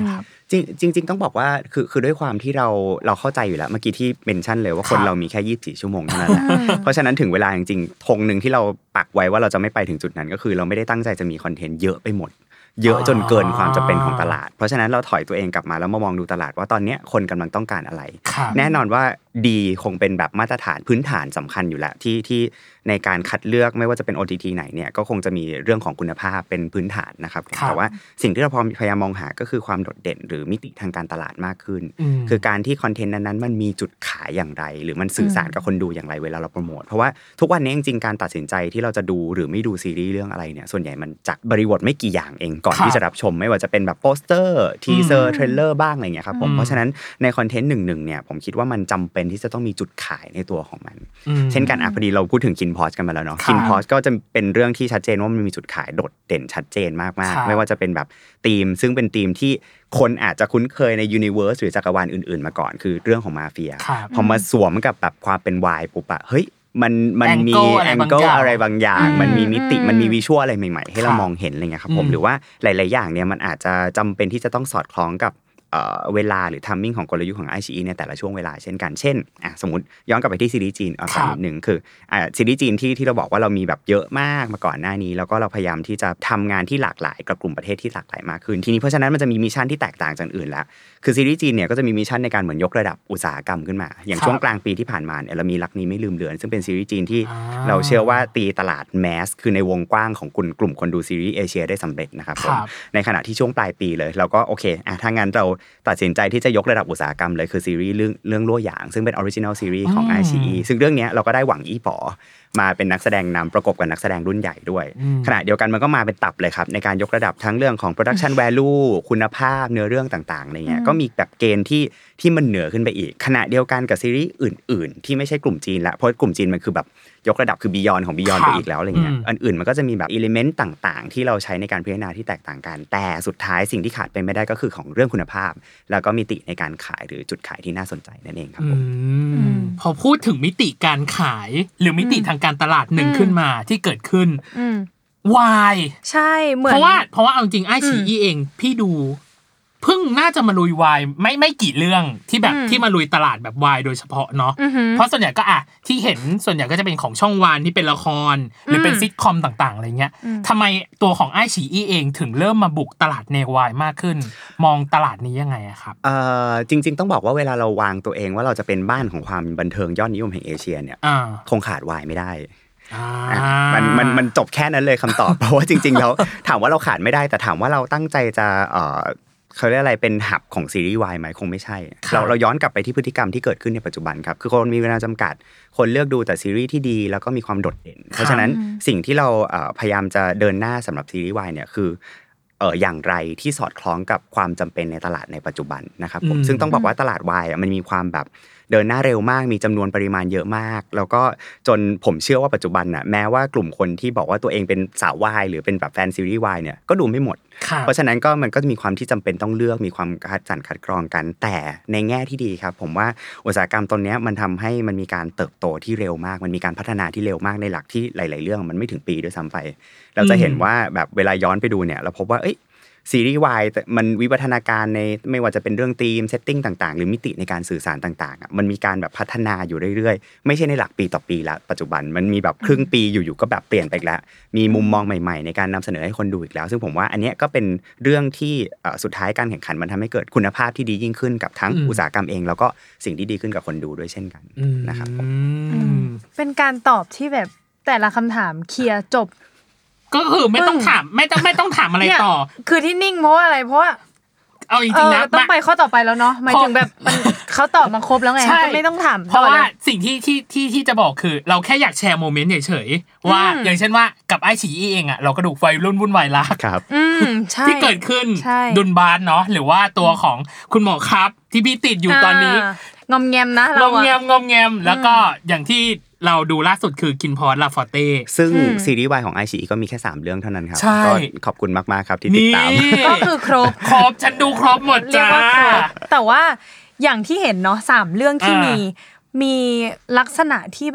จริงจริงๆต้องบอกว่าคือคือด้วยความที่เราเราเข้าใจอยู่แล้วเมื่อกี้ที่เมนชั่นเลยว่าคนเรามีแค่ยี่สิบสี่ชั่วโมงเท่านั้นแหละเพราะฉะนั้นถึงเวลาจริงๆธงนึงที่เราปักไว้ว่าเราจะไม่ไปถึงจุดนั้นก็คือเราไม่ได้ตั้งใจจะมีคอนเทนต์เยอะไปหมดเยอะจนเกินความจำเป็นของตลาดเพราะฉะนั้นเราถอยตัวเองกลับมาแล้วมามองดูตลาดว่าตอนนี้คนกำลังต้องการอะไรแน่นอนว่าดีคงเป็นแบบมาตรฐานพื้นฐานสำคัญอยู่แล้วที่ที่ในการคัดเลือกไม่ว่าจะเป็น โอ ที ที ไหนเนี่ยก็คงจะมีเรื่องของคุณภาพเป็นพื้นฐานนะครับแต่ว่าสิ่งที่เราพยายามมองหาก็คือความโดดเด่นหรือมิติทางการตลาดมากขึ้นคือการที่คอนเทนต์นั้นๆมันมีจุดขายอย่างไรหรือมันสื่อสารกับคนดูอย่างไรเวลาเราโปรโมทเพราะว่าทุกวันนี้จริงๆการตัดสินใจที่เราจะดูหรือไม่ดูซีรีส์เรื่องอะไรเนี่ยส่วนใหญ่มันจากบริบทไม่กี่อย่างเองก่อนที่จะรับชมไม่ว่าจะเป็นแบบโปสเตอร์ทีเซอร์เทรลเลอร์บ้างอะไรเงี้ยครับผมเพราะฉะนั้นในคอนเทนต์หนึ่งๆเนี่ยผมคิดว่ามันจำเป็นที่จะต้องมีจุดขายในตัวของมันเช่นกันอ่ะพอดีเราพูดถึงคินพอสกันมาแล้วเนาะคินพอสก็จะเป็นเรื่องที่ชัดเจนว่ามันมีจุดขายโดดเด่นชัดเจนมากๆไม่ว่าจะเป็นแบบธีมซึ่งเป็นธีมที่คนอาจจะคุ้นเคยในยูนิเวอร์สหรือจักรวาลอื่นๆมาก่อนคือเรื่องของมาเฟียพอมาสวมกับแบบความเป็นวายปุ๊บอะเฮ้ยมันมันมีแองเกิลอะไรบางอย่างมันมีมิติมันมีวิชวลอะไรใหม่ๆให้เรามองเห็นอะไรเงี้ยครับผมหรือว่าหลายๆอย่างเนี่ยมันอาจจะจำเป็นที่จะต้องสอดคล้องกับเวลาหรือทัมมิ่งของกลยุทธ์ของ ไอ ซี อี ในแต่ละช่วงเวลาเช่นกันเช่นอ่ะสมมุติย้อนกลับไปที่ซีรีส์จีนเอาสักนิดนึงคืออ่ะซีรีส์จีนที่ที่เราบอกว่าเรามีแบบเยอะมากมาก่อนหน้านี้แล้วก็เราพยายามที่จะทำงานที่หลากหลายกับกลุ่มประเทศที่หลากหลายมากขึ้นทีนี้เพราะฉะนั้นมันจะมีมิชชั่นที่แตกต่างจากอื่นแล้วคือซีรีส์จีนเนี่ยก็จะมีมิชชั่นในการเหมือนยกระดับอุตสาหกรรมขึ้นมาอย่างช่วงกลางปีที่ผ่านมาเนี่ยเรามีรักนี้ไม่ลืมเลือนซึ่งเป็นซีรีส์จีนที่เราเชื่อว่าตีตลาดแมสคือในวงกว้างของกลุ่มกลุ่มคนดูซีรีส์เอเชียได้สำเร็จนะครับผมในขณะที่ช่วงปลายปีเลยเราก็โอเคอ่ะถ้างั้นเราตัดสินใจที่จะยกระดับอุตสาหกรรมเลยคือซีรีส์เรื่องเรื่องลั่วหยางซึ่งเป็นออริจินัลซีรีส์ของ ไอ ซี อี ซึ่งเรื่องนี้เราก็ได้หวังอี้ป๋อมาเป็นนักแสดงนำประกบกับนักแสดงรุ่นใหญ่ด้วยขณะเดียวกันมันก็มาเป็นตับเลยครับในการยกระดับทั้งเรื่องของ production value คุณภาพเนื้อเรื่องต่างๆอะไรเงี้ยก็มีแบบเกณฑ์ที่ที่มันเหนือขึ้นไปอีกขณะเดียวกันกับซีรีส์อื่นๆที่ไม่ใช่กลุ่มจีนละเพราะกลุ่มจีนมันคือแบบยกระดับคือ beyond ของ beyond ไปอีกแล้วอะไรเงี้ยอันอื่นมันก็จะมีแบบ element ต่างๆที่เราใช้ในการพิจารณาที่แตกต่างกันแต่สุดท้ายสิ่งที่ขาดไปไม่ได้ก็คือของเรื่องคุณภาพแล้วก็มิติในการขายหรือจุดขายที่น่าสนใจนั่นเองครับผมพอพูดถึงมิติการขายหรือมิติทางการตลาดหนึ่งขึ้นมาที่เกิดขึ้นวายใช่เหมือนเพราะว่าเพราะว่าเอาจริงไอ้ฉีอีเองพี่ดูเพิ่งน่าจะมาลุยวายไม่ไม่กี่เรื่องที่แบบที่มาลุยตลาดแบบวายโดยเฉพาะเนาะเพราะส่วนใหญ่ก็อ่ะที่เห็นส่วนใหญ่ก็จะเป็นของช่องวันที่เป็นละครหรือเป็นซิทคอมต่างๆอะไรเงี้ยทำไมตัวของไอ้ฉีอีเองถึงเริ่มมาบุกตลาดแนววายมากขึ้นมองตลาดนี้ยังไงอะครับเอ่อจริงๆต้องบอกว่าเวลาเราวางตัวเองว่าเราจะเป็นบ้านของความบันเทิงยอดนิยมแห่งเอเชียเนี่ยคงขาดวายไม่ได้มันมันมันจบแค่นั้นเลยคำตอบเพราะว่าจริงๆแล้วถามว่าเราขาดไม่ได้แต่ถามว่าเราตั้งใจจะเอ่อเขาเรียกอะไรเป็นหับของซีรีส์วายไหมคงไม่ใช่เราเราย้อนกลับไปที่พฤติกรรมที่เกิดขึ้นในปัจจุบันครับคือคนมีเวลาจำกัดคนเลือกดูแต่ซีรีส์ที่ดีแล้วก็มีความโดดเด่นเพราะฉะนั้นสิ่งที่เราพยายามจะเดินหน้าสำหรับซีรีส์วายเนี่ยคือเอออย่างไรที่สอดคล้องกับความจำเป็นในตลาดในปัจจุบันนะครับผมซึ่งต้องบอกว่าตลาดวายอ่ะมันมีความแบบเดินหน้าเร็วมากมีจำนวนปริมาณเยอะมากแล้วก็จนผมเชื่อว่าปัจจุบันน่ะแม้ว่ากลุ่มคนที่บอกว่าตัวเองเป็นสาววายหรือเป็นแบบแฟนซีรีส์วายเนี่ยก็ดูไม่หมดเพราะฉะนั้นก็มันก็มีความที่จำเป็นต้องเลือกมีความคัดสรรคัดกรองกันแต่ในแง่ที่ดีครับผมว่าอุตสาหกรรมตอนนี้มันทำให้มันมีการเติบโตที่เร็วมากมันมีการพัฒนาที่เร็วมากในหลักที่หลายๆเรื่องมันไม่ถึงปีด้วยซ้ำไปเราจะเห็นว่าแบบเวลาย้อนไปดูเนี่ยเราพบว่าเอ้ยซีรีส์วายมันวิวัฒนาการในไม่ว่าจะเป็นเรื่องธีมเซตติ้งต่างๆหรือมิติในการสื่อสารต่างๆอ่ะมันมีการแบบพัฒนาอยู่เรื่อยๆไม่ใช่ในหลักปีต่อปีละปัจจุบันมันมีแบบครึ่งปีอยู่ๆก็แบบเปลี่ยนไปอีกแล้วมีมุมมองใหม่ๆในการนำเสนอให้คนดูอีกแล้วซึ่งผมว่าอันนี้ก็เป็นเรื่องที่สุดท้ายการแข่งขันมันทำให้เกิดคุณภาพที่ดียิ่งขึ้นกับทั้งอุตสาหกรรมเองแล้วก็สิ่งที่ดีขึ้นกับคนดูด้วยเช่นกันนะครับเป็นการตอบที่แบบแต่ละคำถามเคลียร์จบก็คือไม่ต้องถามไม่ต้องไม่ต้องถามอะไรต่อคือที่นิ่งเพราะว่าอะไรเพราะว่าเอาจริงๆนะต้องไปข้อต่อไปแล้วเนาะหมายถึงแบบมันเขาตอบมาครบแล้วไงไม่ต้องถามเพราะว่าสิ่งที่ที่ที่ที่จะบอกคือเราแค่อยากแชร์โมเมนต์เฉยๆว่าอย่างเช่นว่ากับไอ้ฉีอีเองอ่ะเรากระดูกไฟรุ่นวุ่นวายรักครับที่เกิดขึ้นดุลบานเนาะหรือว่าตัวของคุณหมอครับที่พี่ติดอยู่ตอนนี้งอมแงมนะเรางอมแงมงอมแงมแล้วก็อย่างที่เราดูล่าสุดคือคินพอสลาฟอร์เต้ซึ่งซีรีส์วายของ ไอ ซี อี ก็มีแค่สามเรื่องเท่านั้นครับก็ขอบคุณมากๆครับที่ติดตามก็คือครบครบฉันดูครบหมดจ้าแต่ว่าอย่างที่เห็นเนาะสามเรื่องที่มีมีลักษณะที่แบบ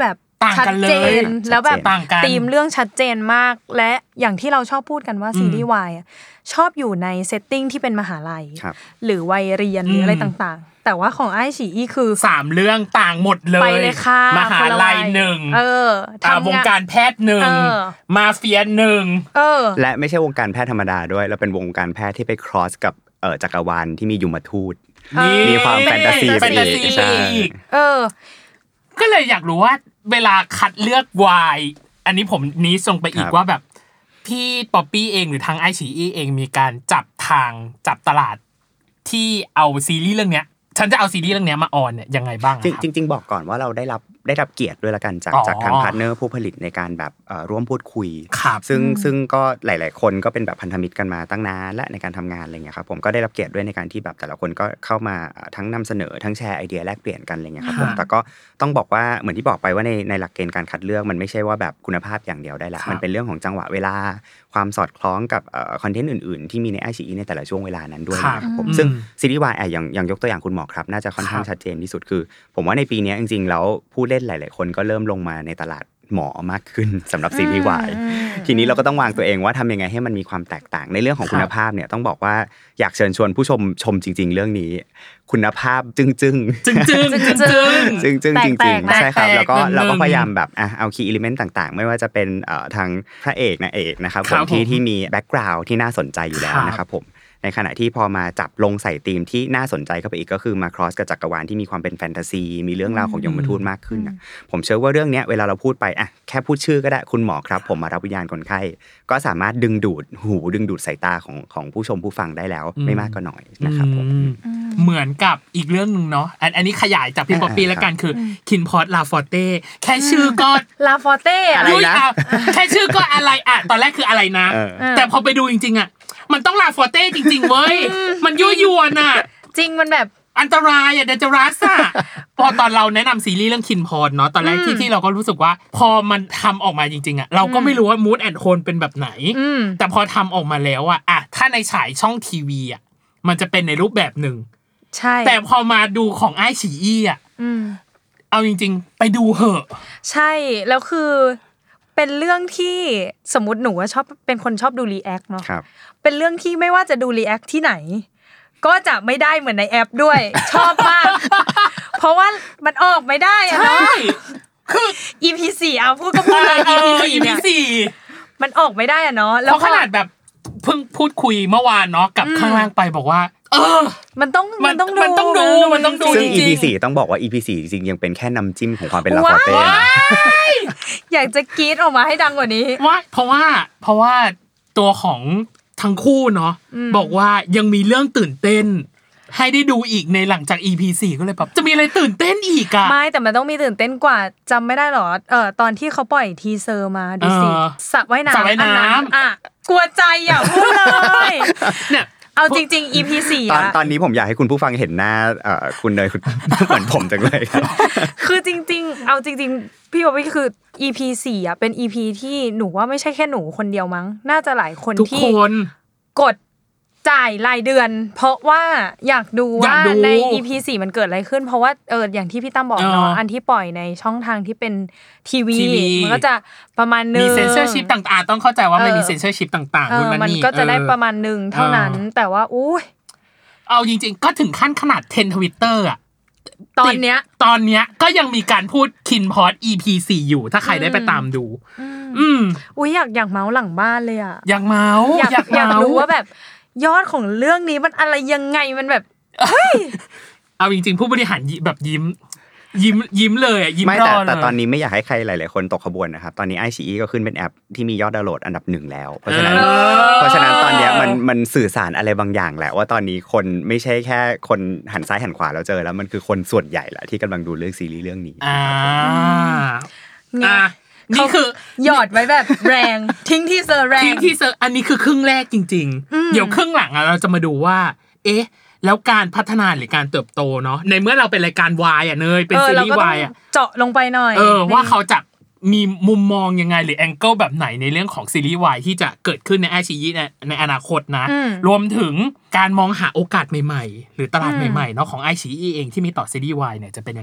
ต่างกันเลยแล้วแบบต่างกันธีมเรื่องชัดเจนมากและอย่างที่เราชอบพูดกันว่าซีรีส์วายชอบอยู่ในเซตติ้งที่เป็นมหาลัยหรือวัยเรียนหรืออะไรต่างๆแต่ว่าของไอ้ฉีอี้คือสามเรื่องต่างหมดเลยไปเลยค่ะมหาลัยหนึ่งเออวงการแพทย์หนึ่งมาเฟียหนึ่งและไม่ใช่วงการแพทย์ธรรมดาด้วยเราเป็นวงการแพทย์ที่ไปครอสกับเอ่อจักรวาลที่มียมทูตมีความแฟนตาซีไปอีกเออก็เลยอยากรู้ว่าเวลาคัดเลือกวายอันนี้ผมนี้ส่งไปอีกว่าแบบพี่ป๊อปปี้เองหรือทางไอฉีอีเองมีการจับทางจับตลาดที่เอาซีรีส์เรื่องเนี้ยฉันจะเอาซีรีส์เรื่องนี้มาออนเนี่ยยังไงบ้างจริงๆบอกก่อนว่าเราได้รับได้รับเกียรติด้วยละกันจากจากทางพาร์ทเนอร์ผู้ผลิตในการแบบร่วมพูดคุยซึ่งซึ่งก็หลายๆคนก็เป็นแบบพันธมิตรกันมาตั้งนานและในการทำงานอะไรเงี้ยครับผมก็ได้รับเกียรติด้วยในการที่แบบแต่ละคนก็เข้ามาทั้งนำเสนอทั้งแชร์ไอเดียแลกเปลี่ยนกันอะไรเงี้ยครับผมแต่ก็ต้องบอกว่าเหมือนที่บอกไปว่าในในหลักเกณฑ์การคัดเลือกมันไม่ใช่ว่าแบบคุณภาพอย่างเดียวได้ละมันเป็นเรื่องของจังหวะเวลาความสอดคล้องกับคอนเทนต์อื่นๆที่มีใน ไอ ซี อี ในแต่ละช่วงเวลานั้นด้วยนะครับผมซึ่งซีรีส์วายอย่างอย่างยกตัวอย่างคุณหมอครับน่าจะค่อนข้างชัดเจนที่สุดคือผมว่าในปีนี้จริงๆแล้วผู้เล่นหลายๆคนก็เริ่มลงมาในตลาดหมอมากขึ้นสำหรับซีรีส์วายทีนี้เราก็ต้องวางตัวเองว่าทำยังไงให้มันมีความแตกต่างในเรื่องของคุณภาพเนี่ยต้องบอกว่าอยากเชิญชวนผู้ชมชมจริงๆเรื่องนี้คุณภาพจึ้งๆจึ้งๆจึ้งๆจึ้งๆจริงๆใช่ครับแล้วก็เราก็พยายามแบบอ่ะเอาคีย์อิเลเมนต์ต่างๆไม่ว่าจะเป็นเอ่อทางพระเอกนางเอกนะครับผมที่ที่มีแบ็คกราวด์ที่น่าสนใจอยู่แล้วนะครับผมในขณะที่พอมาจับลงใส่ธีมที่น่าสนใจเข้าไปอีกก็คือมาครอสกับจักรวาลที่มีความเป็นแฟนตาซีมีเรื่องราวของยมทูตมากขึ้นนะผมเชื่อว่าเรื่องนี้เวลาเราพูดไปอ่ะแค่พูดชื่อก็ได้คุณหมอครับผมมารับวิญญาณคนไข้ก็สามารถดึงดูดหูดึงดูดสายตาของของผู้ชมผู้ฟังได้แล้วไม่มากก็น้อยนะครับผมเหมือนกับอีกเรื่องนึงเนาะอันอันนี้ขยายจากพี่ป๊อปปี้แล้วกันคือคินพอตลาฟอร์เต้แค่ชื่อก็ลาฟอร์เต้อะไรนะแค่ชื่อก็อะไรอ่ะตอนแรกคืออะไรนะแต่พอไปดูจริงๆอ่ะมันต้องลาฟอร์เต้จริงๆเว้ยมันยั่วยวนอ่ะจริงมันแบบอันตรายอ่ะเดนเจอรัสอ่ะพอตอนเราแนะนำซีรีส์เรื่องคินพอตเนาะตอนแรกที่ที่เราก็รู้สึกว่าพอมันทำออกมาจริงๆอ่ะเราก็ไม่รู้ว่ามูดแอนด์โทนเป็นแบบไหนแต่พอทำออกมาแล้วอ่ะอ่ะถ้าในฉายช่องทีวีอ่ะมันจะเป็นในรูปแบบนึงใช่แต่พอมาดูของไอฉีอี้อ่ะเอาจริงๆไปดูเหอะใช่แล้วคือเป็นเรื่องที่สมมุติหนูว่าชอบเป็นคนชอบดูรีแอคเนาะเป็นเรื่องที่ไม่ว่าจะดูรีแอคที่ไหนก็จะไม่ได้เหมือนในแอปด้วยชอบมากเพราะว่ามันออกไม่ได้อะเนาะคือ อี พี สี่เอาพูดก็พูดเลย อี พี สี่ เนี่ยมันออกไม่ได้อะเนาะแล้วขนาดแบบเพิ่งพูดคุยเมื่อวานเนาะกับข้างล่างไปบอกว่าเออมันต้องมันต้องดูมันต้องดูมันต้องดูซึ่ง อี พี สี่ต้องบอกว่า อี พี สี่จริงๆยังเป็นแค่น้ำจิ้มของความเป็นลาฟอร์เต้นะอยากจะกรี๊ดออกมาให้ดังกว่านี้ว่าเพราะว่าเพราะว่าตัวของทั้งคู่เนาะบอกว่ายังมีเรื่องตื่นเต้นให้ได้ดูอีกในหลังจาก อี พี สี่ก็เลยแบบจะมีอะไรตื่นเต้นอีกอ่ะไม่แต่มันต้องมีตื่นเต้นกว่าจำไม่ได้หรอเออตอนที่เขาปล่อยทีเซอร์มาดูสิสระว่ายน้ำสระว่ายน้ำอ่ะกลัวใจอ่ะพูดเลยเนี่ยเอาจริงๆ อี พี สี่ตอนตอนนี้ผมอยากให้คุณผู้ฟังเห็นหน้าเอ่อคุณเนยเหมือนผมจังเลยครับคือจริงๆเอาจริงๆพี่บอกว่าคือ อี พี สี่ อ่ะเป็น อี พี ที่หนูว่าไม่ใช่แค่หนูคนเดียวมั้งน่าจะหลายคนที่ทุกคนกดจ่ายรายเดือนเพราะว่าอยากดูว่าใน อี พี สี่ มันเกิดอะไรขึ้นเพราะว่าเอออย่างที่พี่ตั้มบอกเนาะอันที่ปล่อยในช่องทางที่เป็นทีวีมันก็จะประมาณนึงมีเซนเซอร์ชิปต่างๆต้องเข้าใจว่ามันมีเซนเซอร์ชิปต่างๆนู่นนั่นนี่มันก็จะได้ประมาณนึงเท่านั้นแต่ว่าอู้เอาจริงๆก็ถึงขั้นขนาดเทรนด์ Twitter อ่ะตอนเนี้ยตอนเนี้ยก็ยังมีการพูดคินพอต อี พี สี่ อยู่ถ้าใครได้ไปตามดูอืมอุ๊ยอยากอยากเมาส์หลังบ้านเลยอ่ะอยากเมาส์อยากอยากรู้ว่าแบบยอดของเรื่องนี้มันอะไรยังไงมันแบบเฮ้ยเอาจริงๆผู้บริหารแบบยิ้มยิ้มยิ้มเลยอ่ะยิ้มรอเลยแต่ตอนนี้ไม่อยากให้ใครหลายๆคนตกขบวนนะครับตอนนี้ ไอ ซี อี ก็ขึ้นเป็นแอปที่มียอดดาวน์โหลดอันดับหนึ่งแล้วเพราะฉะนั้นเพราะฉะนั้นตอนนี้มันมันสื่อสารอะไรบางอย่างแหละว่าตอนนี้คนไม่ใช่แค่คนหันซ้ายหันขวาแล้วเจอแล้วมันคือคนส่วนใหญ่แหละที่กำลังดูเรื่องซีรีส์เรื่องนี้อ่าอ่านี่คือหยอดไว้แบบแรงทิ้งที่เซอร์แรงทิ้งที่เซอร์อันนี้คือครึ่งแรกจริงๆเดี๋ยวครึ่งหลังอ่ะเราจะมาดูว่าเอ๊ะแล้วการพัฒนาหรือการเติบโตเนาะในเมื่อเราเป็นรายการวายอ่ะเนยเป็นซีรีส์วายอ่ะเจาะลงไปหน่อยเออว่าเขาจะมีมุมมองยังไงหรือแองเกิลแบบไหนในเรื่องของซีรีส์วายที่จะเกิดขึ้นในไอซีอีในอนาคตนะรวมถึงการมองหาโอกาสใหม่ๆหรือตลาดใหม่ๆเนาะของ ไอ ซี อี เองที่มีต่อซีรีส์วายเนี่ยจะเป็นยังไง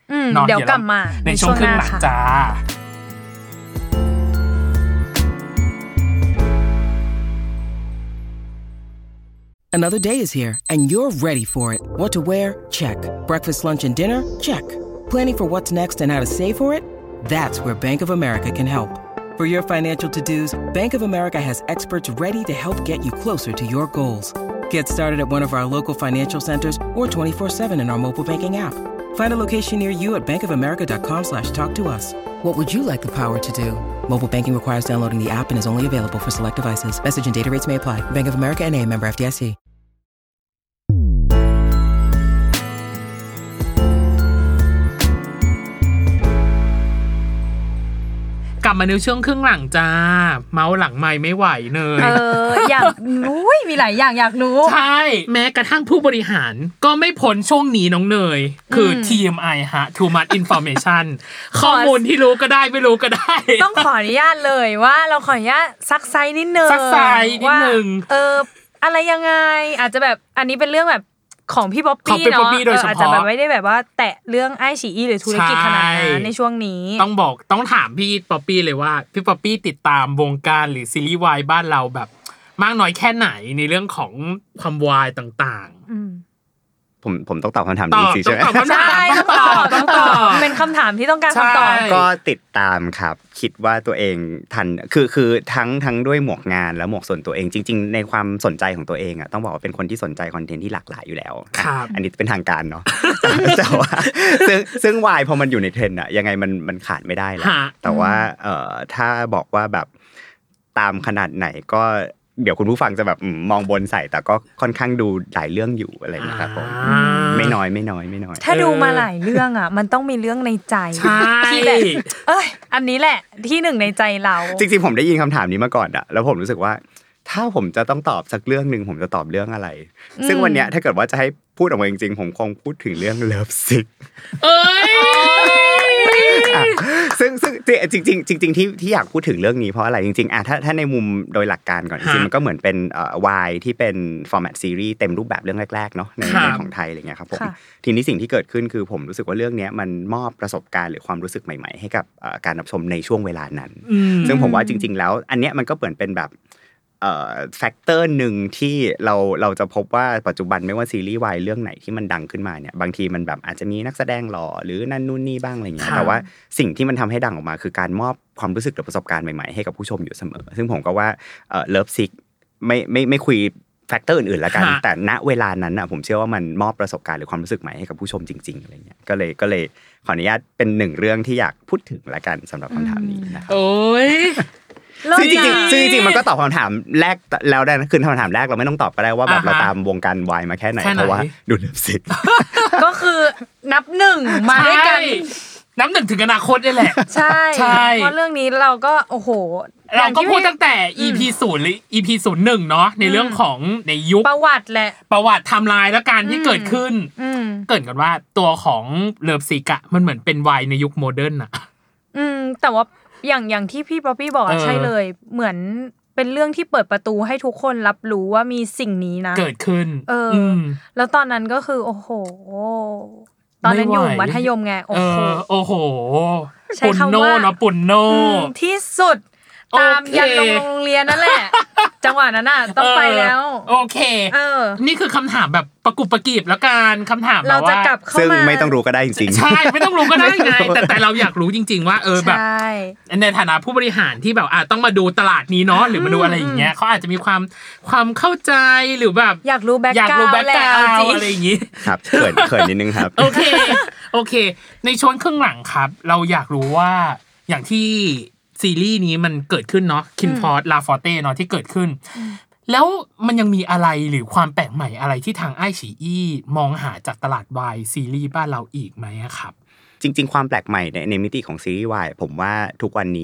เดี๋ยวกลับมาในช่วงครึ่งหลังจ้า Another day is here, and you're ready for it. What to wear? Check. Breakfast, lunch, and dinner? Check. Planning for what's next and how to save for it? That's where Bank of America can help. For your financial to-dos, Bank of America has experts ready to help get you closer to your goals. Get started at one of our local financial centers or twenty-four seven in our mobile banking app. Find a location near you at bankofamerica.com slash talk to us. What would you like the power to do? Mobile banking requires downloading the app and is only available for select devices. Message and data rates may apply. Bank of America N A, member F D I C. กลับมาในช่วงครึ่งหลังจ้าเมาหลังไมค์ไม่ไหวเลยเอออยากอุ้ยมีหลายอย่างอยากรู้ใช่แม้กระทั่งผู้บริหารก็ไม่พ้นช่วงนี้น้องเนยคือ ที เอ็ม ไอ ฮะ Too much information ข้อมูลที่รู้ก็ได้ไม่รู้ก็ได้ต้องขออนุญาตเลยว่าเราขออนุญาตซักไซนิดนึงซักไซนิดนึงเอออะไรยังไงอาจจะแบบอันนี้เป็นเรื่องแบบของพี่ป๊อปปี้เนาะอาจจะแบบไม่ได้แบบว่าแตะเรื่องไอฉีอีหรือธุรกิจขนาดนั้นในช่วงนี้ต้องบอกต้องถามพี่ป๊อปปี้เลยว่าพี่ป๊อปปี้ติดตามวงการหรือซีรีส์วายบ้านเราแบบมากน้อยแค่ไหนในเรื่องของความวายต่างๆผมผมต้องตอบคำถามนี้สิใช่ไหมใช่ต้องตอบต้องตอบเป็นคำถามที่ต้องการคำตอบก็ติดตามครับคิดว่าตัวเองทันคือคือทั้งทั้งด้วยหมวกงานและหมวกส่วนตัวเองจริงๆในความสนใจของตัวเองอ่ะต้องบอกว่าเป็นคนที่สนใจคอนเทนต์ที่หลากหลายอยู่แล้วอันนี้เป็นทางการเนาะแต่ว่าซึ่งซึ่งวายพอมันอยู่ในเทรนด์อ่ะยังไงมันมันขาดไม่ได้แหละแต่ว่าเอ่อถ้าบอกว่าแบบตามขนาดไหนก็เดี๋ยวคุณผู้ฟังจะแบบมองบนใส่แต่ก็ค่อนข้างดูหลายเรื่องอยู่อะไรนะครับผมไม่น้อยไม่น้อยไม่น้อยถ้าดูมาหลายเรื่องอ่ะมันต้องมีเรื่องในใจที่แบบเอ้ยอันนี้แหละที่หนึ่งในใจเราจริงๆผมได้ยินคำถามนี้มาก่อนอ่ะแล้วผมรู้สึกว่าถ้าผมจะต้องตอบสักเรื่องนึงผมจะตอบเรื่องอะไรซึ่งวันเนี้ยถ้าเกิดว่าจะให้พูดออกมาจริงๆผมคงพูดถึงเรื่อง Love Sick เอ้ยซึ่งซึ่งจริงๆจริงๆที่ที่อยากพูดถึงเรื่องนี้เพราะอะไรจริงๆอ่ะถ้าถ้าในมุมโดยหลักการก่อนจริงๆมันก็เหมือนเป็นเอ่อ Y ที่เป็นฟอร์แมตซีรีส์เต็มรูปแบบเรื่องแรกๆเนาะในของไทยอะไรเงี้ยครับผมทีนี้สิ่งที่เกิดขึ้นคือผมรู้สึกว่าเรื่องนี้มันมอบประสบการณ์หรือความรู้สึกใหม่ๆให้กับการรับชมในช่วงเวลานั้นซึ่งผมว่าจริงๆแล้วอันเนี้ยมันก็เหมือนเป็นแบบเอ่อแฟกเตอร์นึงที่เราเราจะพบว่าปัจจุบันไม่ว่าซีรีส์วายเรื่องไหนที่มันดังขึ้นมาเนี่ยบางทีมันแบบอาจจะมีนักแสดงหล่อหรือนั่นนู่นนี่บ้างอะไรเงี้ยแต่ว่าสิ่งที่มันทำให้ดังออกมาคือการมอบความรู้สึกหรือประสบการณ์ใหม่ๆให้กับผู้ชมอยู่เสมอซึ่งผมก็ว่าเอ่อ Love Sick ไม่ไม่ไม่คุยแฟกเตอร์อื่นๆแล้วกันแต่ณเวลานั้นน่ะผมเชื่อว่ามันมอบประสบการณ์หรือความรู้สึกใหม่ให้กับผู้ชมจริงๆอะไรเงี้ยก็เลยก็เลยขออนุญาตเป็นหนึ่งเรื่องที่อยากพูดถึงละกันสำหรับคำถามนี้นะครับโอ้ยซึ่งจริงๆซึ่งจริงๆมันก็ตอบคำถามแรกแล้วได้นะคือคำถามแรกเราไม่ต้องตอบก็ได้ว่าแบบเราตามวงการวายมาแค่ไหนเพราะว่าดูเลิฟซิกก็คือนับหนึ่งมาด้วยกันนับหนึ่งถึงอนาคตนี่แหละใช่เพราะเรื่องนี้เราก็โอ้โหเราก็พูดตั้งแต่ อี พี ศูนย์หรือ อี พี ศูนย์หนึ่งเนาะในเรื่องของในยุคประวัติแหละประวัติไทม์ไลน์และการที่เกิดขึ้นเกิดกันว่าตัวของเลิฟซิกอะมันเหมือนเป็นวายในยุคโมเดิร์นอะอืมแต่ว่าอย่างอย่างที่พี่ป๊อปปี้บอกใช่เลยเหมือนเป็นเรื่องที่เปิดประตูให้ทุกคนรับรู้ว่ามีสิ่งนี้นะเกิดขึ้นเออแล้วตอนนั้นก็คือโอ้โหตอนนั้นอยู่มัธยมไงโอ้โหโอ้โหปุ่นโน่เนาะปุ่นโน่ที่สุดตามยันโรงเรียนนั่นแหละจังหวะนั้นน่ะต้องไปแล้วโอเคเออนี่คือคำถามแบบประกุบประกีบแล้วกันคำถามแบบว่าซึ่งไม่ต้องรู้ก็ได้จริงๆใช่ไม่ต้องรู้ก็ได้ไงแต่แต่เราอยากรู้จริงๆว่าเออแบบในฐานะผู้บริหารที่แบบอ่ะต้องมาดูตลาดนี้เนาะหรือมาดูอะไรอย่างเงี้ยเขาอาจจะมีความความเข้าใจหรือแบบอยากรู้แบ็คกราวด์อะไรอย่างงี้ครับเขินเขินนิดนึงครับโอเคโอเคในช่วงครึ่งหลังครับเราอยากรู้ว่าอย่างที่ซีรีส์นี้มันเกิดขึ้นเนาะคินฟอร์ดลาฟอร์เต้เนาะที่เกิดขึ้นแล้วมันยังมีอะไรหรือความแปลกใหม่อะไรที่ทางไอฉีอี้มองหาจากตลาดวายซีรีส์บ้านเราอีกไหมครับจริงๆความแปลกใหม่ในในมิติของซีรีส์วายผมว่าทุกวันนี้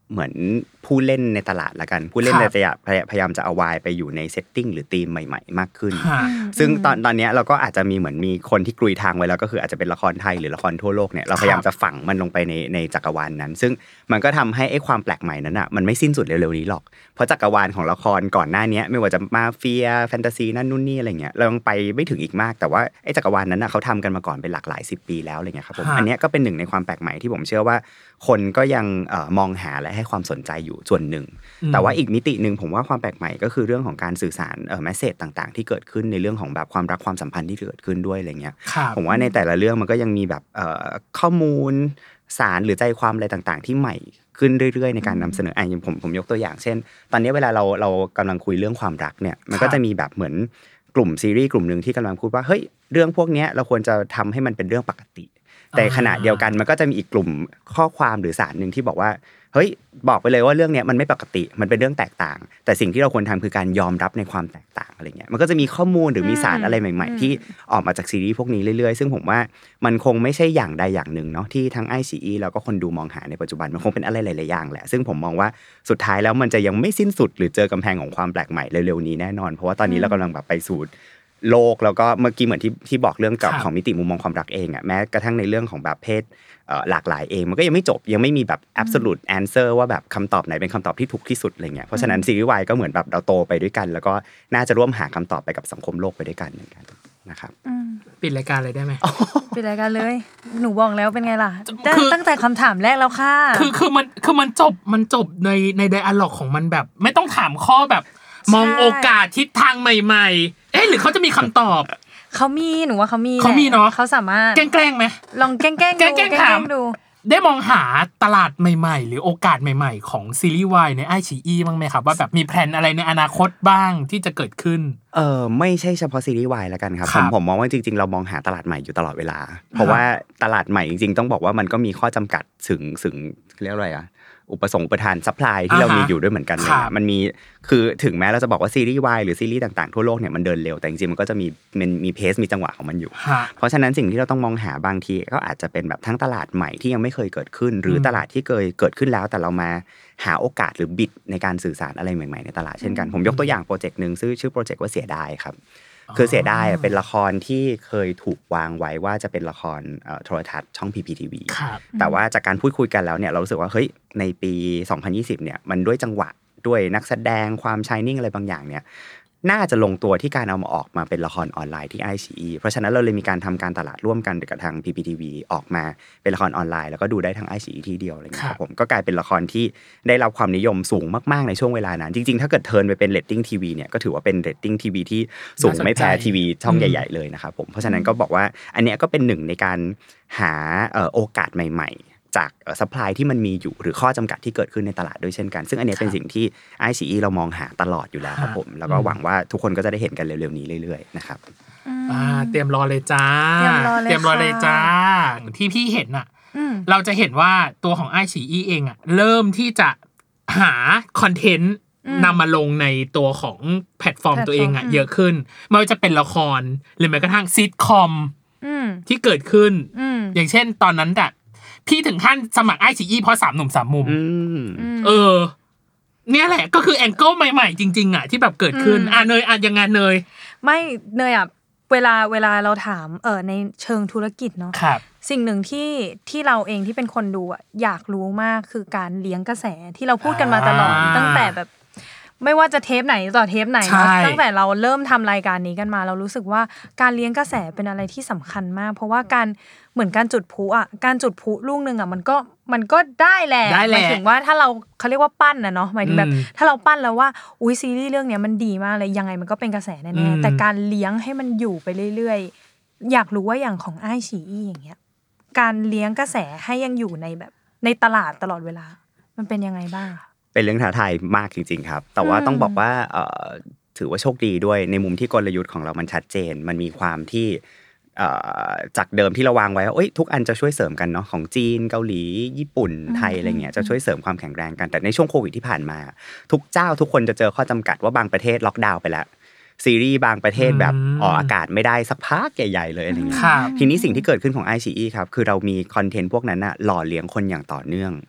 เหมือนผู้เล่นในตลาดละกันผู้เล่นในตลาดพยายามจะเอาวายไปอยู่ในเซตติ้งหรือธีมใหม่ๆมากขึ้นซึ่งตอนตอนนี้เราก็อาจจะมีเหมือนมีคนที่กลุยทางไว้แล้วก็คืออาจจะเป็นละครไทยหรือละครทั่วโลกเนี่ยเราพยายามจะฝังมันลงไปในในจักรวาลนั้นซึ่งมันก็ทำให้ไอ้ความแปลกใหม่นั้นอ่ะมันไม่สิ้นสุดเร็วๆนี้หรอกเพราะจักรวาลของละครก่อนหน้านี้ไม่ว่าจะมาเฟียแฟนตาซีนั่นนู่นนี่อะไรเงี้ยเรายังไปไม่ถึงอีกมากแต่ว่าไอ้จักรวาลนั้นอ่ะเขาทำกันมาก่อนเป็นหลากหลายสิบปีแล้วอะไรเงี้ยครับผมอันนี้ก็เป็นหนึ่งในความแปลกใหม่ที่ผมเชื่อว่าคนก็ยังเอ่อมองหาและให้ความสนใจอยู่ส่วนหนึ่งแต่ว่าอีกมิตินึงผมว่าความแปลกใหม่ก็คือเรื่องของการสื่อสารเอ่อเมสเสจต่างๆที่เกิดขึ้นในเรื่องของแบบความรักความสัมพันธ์ที่เกิดขึ้นด้วยอะไรเงี้ยผมว่าในแต่ละเรื่องมันก็ยังมีแบบเอ่อข้อมูลสารหรือใจความอะไรต่างๆที่ใหม่ขึ้นเรื่อยๆในการนำเสนออ่ะอย่างผมผมยกตัวอย่างเช่นตอนนี้เวลาเราเรากำลังคุยเรื่องความรักเนี่ยมันก็จะมีแบบเหมือนกลุ่มซีรีส์กลุ่มนึงที่กำลังพูดว่าเฮ้ยเรื่องพวกนี้เราควรจะทำให้มันเป็นเรื่องปกติแต่ขณะเดียวกันมันก็จะมีอีกกลุ่มข้อความหรือสารนึงที่บอกว่าเฮ้ยบอกไปเลยว่าเรื่องนี้มันไม่ปกติมันเป็นเรื่องแตกต่างแต่สิ่งที่เราควรทำคือการยอมรับในความแตกต่างอะไรเงี้ยมันก็จะมีข้อมูลหรือมีสารอะไรใหม่ๆที่ออกมาจากซีรีส์พวกนี้เรื่อยๆซึ่งผมว่ามันคงไม่ใช่อย่างใดอย่างหนึ่งเนาะที่ทั้ง ไอ ซี อี แล้วก็คนดูมองหาในปัจจุบันมันคงเป็นอะไรหลายๆอย่างแหละซึ่งผมมองว่าสุดท้ายแล้วมันจะยังไม่สิ้นสุดหรือเจอกำแพงของความแปลกใหม่เร็วๆนี้แน่นอนเพราะว่าตอนนี้เรากำลังแบบไปสู่โลกแล้วก็เมื่อกี้เหมือนที่ที่บอกเรื่องกับของมิติมุมมองความรักเองอ่ะแม้กระทั่งในเรื่องของแบบเพศหลากหลายเองมันก็ยังไม่จบยังไม่มีแบบ absolute answer ว่าแบบคำตอบไหนเป็นคำตอบที่ถูกที่สุดอะไรเงี้ยเพราะฉะนั้นซีรีส์วายก็เหมือนแบบเราโตไปด้วยกันแล้วก็น่าจะร่วมหาคำตอบไปกับสังคมโลกไปด้วยกันเหมือนกันนะครับปิดรายการเลยได้ไหมปิดรายการเลยหนูบอกแล้วเป็นไงล่ะตั้งแต่คำถามแรกแล้วค่ะคือคือมันคือมันจบมันจบในในไดอะล็อกของมันแบบไม่ต้องถามข้อแบบมองโอกาสทิศทางใหม่ๆเอ๊ะหรือเขาจะมีคำตอบเขามีหนูว่าเขามีเขามีเนาะเขาสามารถแกล้งๆไหมลองแกล้งๆดูแกล้งๆถามดูได้มองหาตลาดใหม่ๆหรือโอกาสใหม่ๆของซีรีส์วายใน ไอ ซี อี บ้างไหมครับว่าแบบมีแพลนอะไรในอนาคตบ้างที่จะเกิดขึ้นเออไม่ใช่เฉพาะซีรีส์วายแล้วกันครับผมผมมองว่าจริงๆเรามองหาตลาดใหม่อยู่ตลอดเวลาเพราะว่าตลาดใหม่จริงๆต้องบอกว่ามันก็มีข้อจำกัดถึงถึงเรียกอะไรอ่ะอุปสงค์อุปทานซัพพลายที่เรามีอยู่ด้วยเหมือนกันเลยมันมีคือถึงแม้เราจะบอกว่าซีรีส์วายหรือซีรีส์ต่างๆทั่วโลกเนี่ยมันเดินเร็วแต่จริงๆมันก็จะมีมันมีเพสมีจังหวะของมันอยู่เพราะฉะนั้นสิ่งที่เราต้องมองหาบางทีก็อาจจะเป็นแบบทั้งตลาดใหม่ที่ยังไม่เคยเกิดขึ้นหรือตลาดที่เคยเกิดขึ้นแล้วแต่เรามาหาโอกาสหรือบิดในการสื่อสารอะไรใหม่ๆในตลาดเช่นกันผมยกตัวอย่างโปรเจกต์นึงชื่อชื่อโปรเจกต์ว่าเสียดายครับคือเสียดายเป็นละครที่เคยถูกวางไว้ว่าจะเป็นละครโทรทัศน์ช่อง พี พี ที วี แต่ว่าจากการพูดคุยกันแล้วเนี่ยเรารู้สึกว่าเฮ้ยในปีสองพันยี่สิบเนี่ยมันด้วยจังหวะด้วยนักแสดงความชายนิ่งอะไรบางอย่างเนี่ยน่าจะลงตัวที่การเอามาออกมาเป็นละครออนไลน์ที่ ไอ ซี อี เพราะฉะนั้นเราเลยมีการทำการตลาดร่วมกันกับทาง พี พี ที วี ออกมาเป็นละครออนไลน์แล้วก็ดูได้ทาง ไอ ซี อี ทีเดียวอะไรเงี้ยครับผมก็กลายเป็นละครที่ได้รับความนิยมสูงมากๆในช่วงเวลานั้นจริงๆถ้าเกิดเทิร์นไปเป็นเรตติ้งทีวีเนี่ยก็ถือว่าเป็นเรตติ้งทีวีที่สูงไม่แพ้ทีวีช่องใหญ่ๆเลยนะครับผมเพราะฉะนั้นก็บอกว่าอันเนี้ยก็เป็นหนึ่งในการหาโอกาสใหม่ๆจากซัพพลายที่มันมีอยู่หรือข้อจำกัดที่เกิดขึ้นในตลาดด้วยเช่นกันซึ่งอันนี้เป็นสิ่งที่ ไอ ซี อี เรามองหาตลอดอยู่แล้วครับผมแล้วก็หวังว่าทุกคนก็จะได้เห็นกันเร็วๆนี้เรื่อยๆนะครับอ่าเตรียมรอเลยจ้าเตรียมรอเลยเตรียมรอเลยจ้าที่พี่เห็นน่ะเราจะเห็นว่าตัวของ ไอ ซี อี เองอ่ะเริ่มที่จะหาคอนเทนต์นำมาลงในตัวของแพลตฟอร์มตัวเองอ่ะเยอะขึ้นไม่ว่าจะเป็นละครหรือแม้กระทั่งซิทคอมที่เกิดขึ้นอย่างเช่นตอนนั้นแบบพี่ถึงขั้นสมัคร ไอ ซี อี เพราะสามหนุ่มสามมุมเออเนี่ยแหละก็คือแองเกิลใหม่ๆจริงๆอ่ะที่แบบเกิดขึ้นอ่ะเนยอ่ะยังไงเนยไม่เนยอ่ะเวลาเวลาเราถามเออในเชิงธุรกิจเนาะสิ่งหนึ่งที่ที่เราเองที่เป็นคนดูอ่ะอยากรู้มากคือการเลี้ยงกระแสที่เราพูดกันมาตลอดตั้งแต่แบบไม่ว่าจะเทปไหนต่อเทปไหนเนาะตั้งแต่เราเริ่มทำรายการนี้กันมาเรารู้สึกว่าการเลี้ยงกระแสเป็นอะไรที่สำคัญมากเพราะว่าการเหมือนการจุดพลุอ่ะการจุดพลุลูกนึงอ่ะมันก็มันก็ได้แหละหมายถึงว่าถ้าเราเขาเรียกว่าปั้นนะเนาะหมายถึงแบบถ้าเราปั้นแล้วว่าอุ๊ยซีรีส์เรื่องเนี้ยมันดีมากเลยยังไงมันก็เป็นกระแสแน่ๆแต่การเลี้ยงให้มันอยู่ไปเรื่อยๆอยากรู้ว่าอย่างของ ไอ ซี อี อย่างเงี้ยการเลี้ยงกระแสให้ยังอยู่ในแบบในตลาดตลอดเวลามันเป็นยังไงบ้างเป็นเรื่องท้าทายมากจริงๆครับแต่ว่าต้องบอกว่าเอ่อถือว่าโชคดีด้วยในมุมที่กลยุทธ์ของเรามันชัดเจนมันมีความที่เอ่อจากเดิมที่เราวางไว้ว่าเอ้ยทุกอันจะช่วยเสริมกันเนาะของจีนเกาหลีญี่ปุ่นไทยอะไรเงี้ยจะช่วยเสริมความแข็งแรงกันแต่ในช่วงโควิดที่ผ่านมาทุกเจ้าทุกคนจะเจอข้อจำกัดว่าบางประเทศล็อกดาวน์ไปแล้วซีรีส์บางประเทศแบบออกอากาศไม่ได้สักพักใหญ่ๆเลยอะไรเงี้ยทีนี้สิ่งที่เกิดขึ้นของ ไอ ซี อี ครับคือเรามีคอนเทนต์พวกนั้นน่ะหล่อเลี้ยงคนอย่างต่อเนื่องแ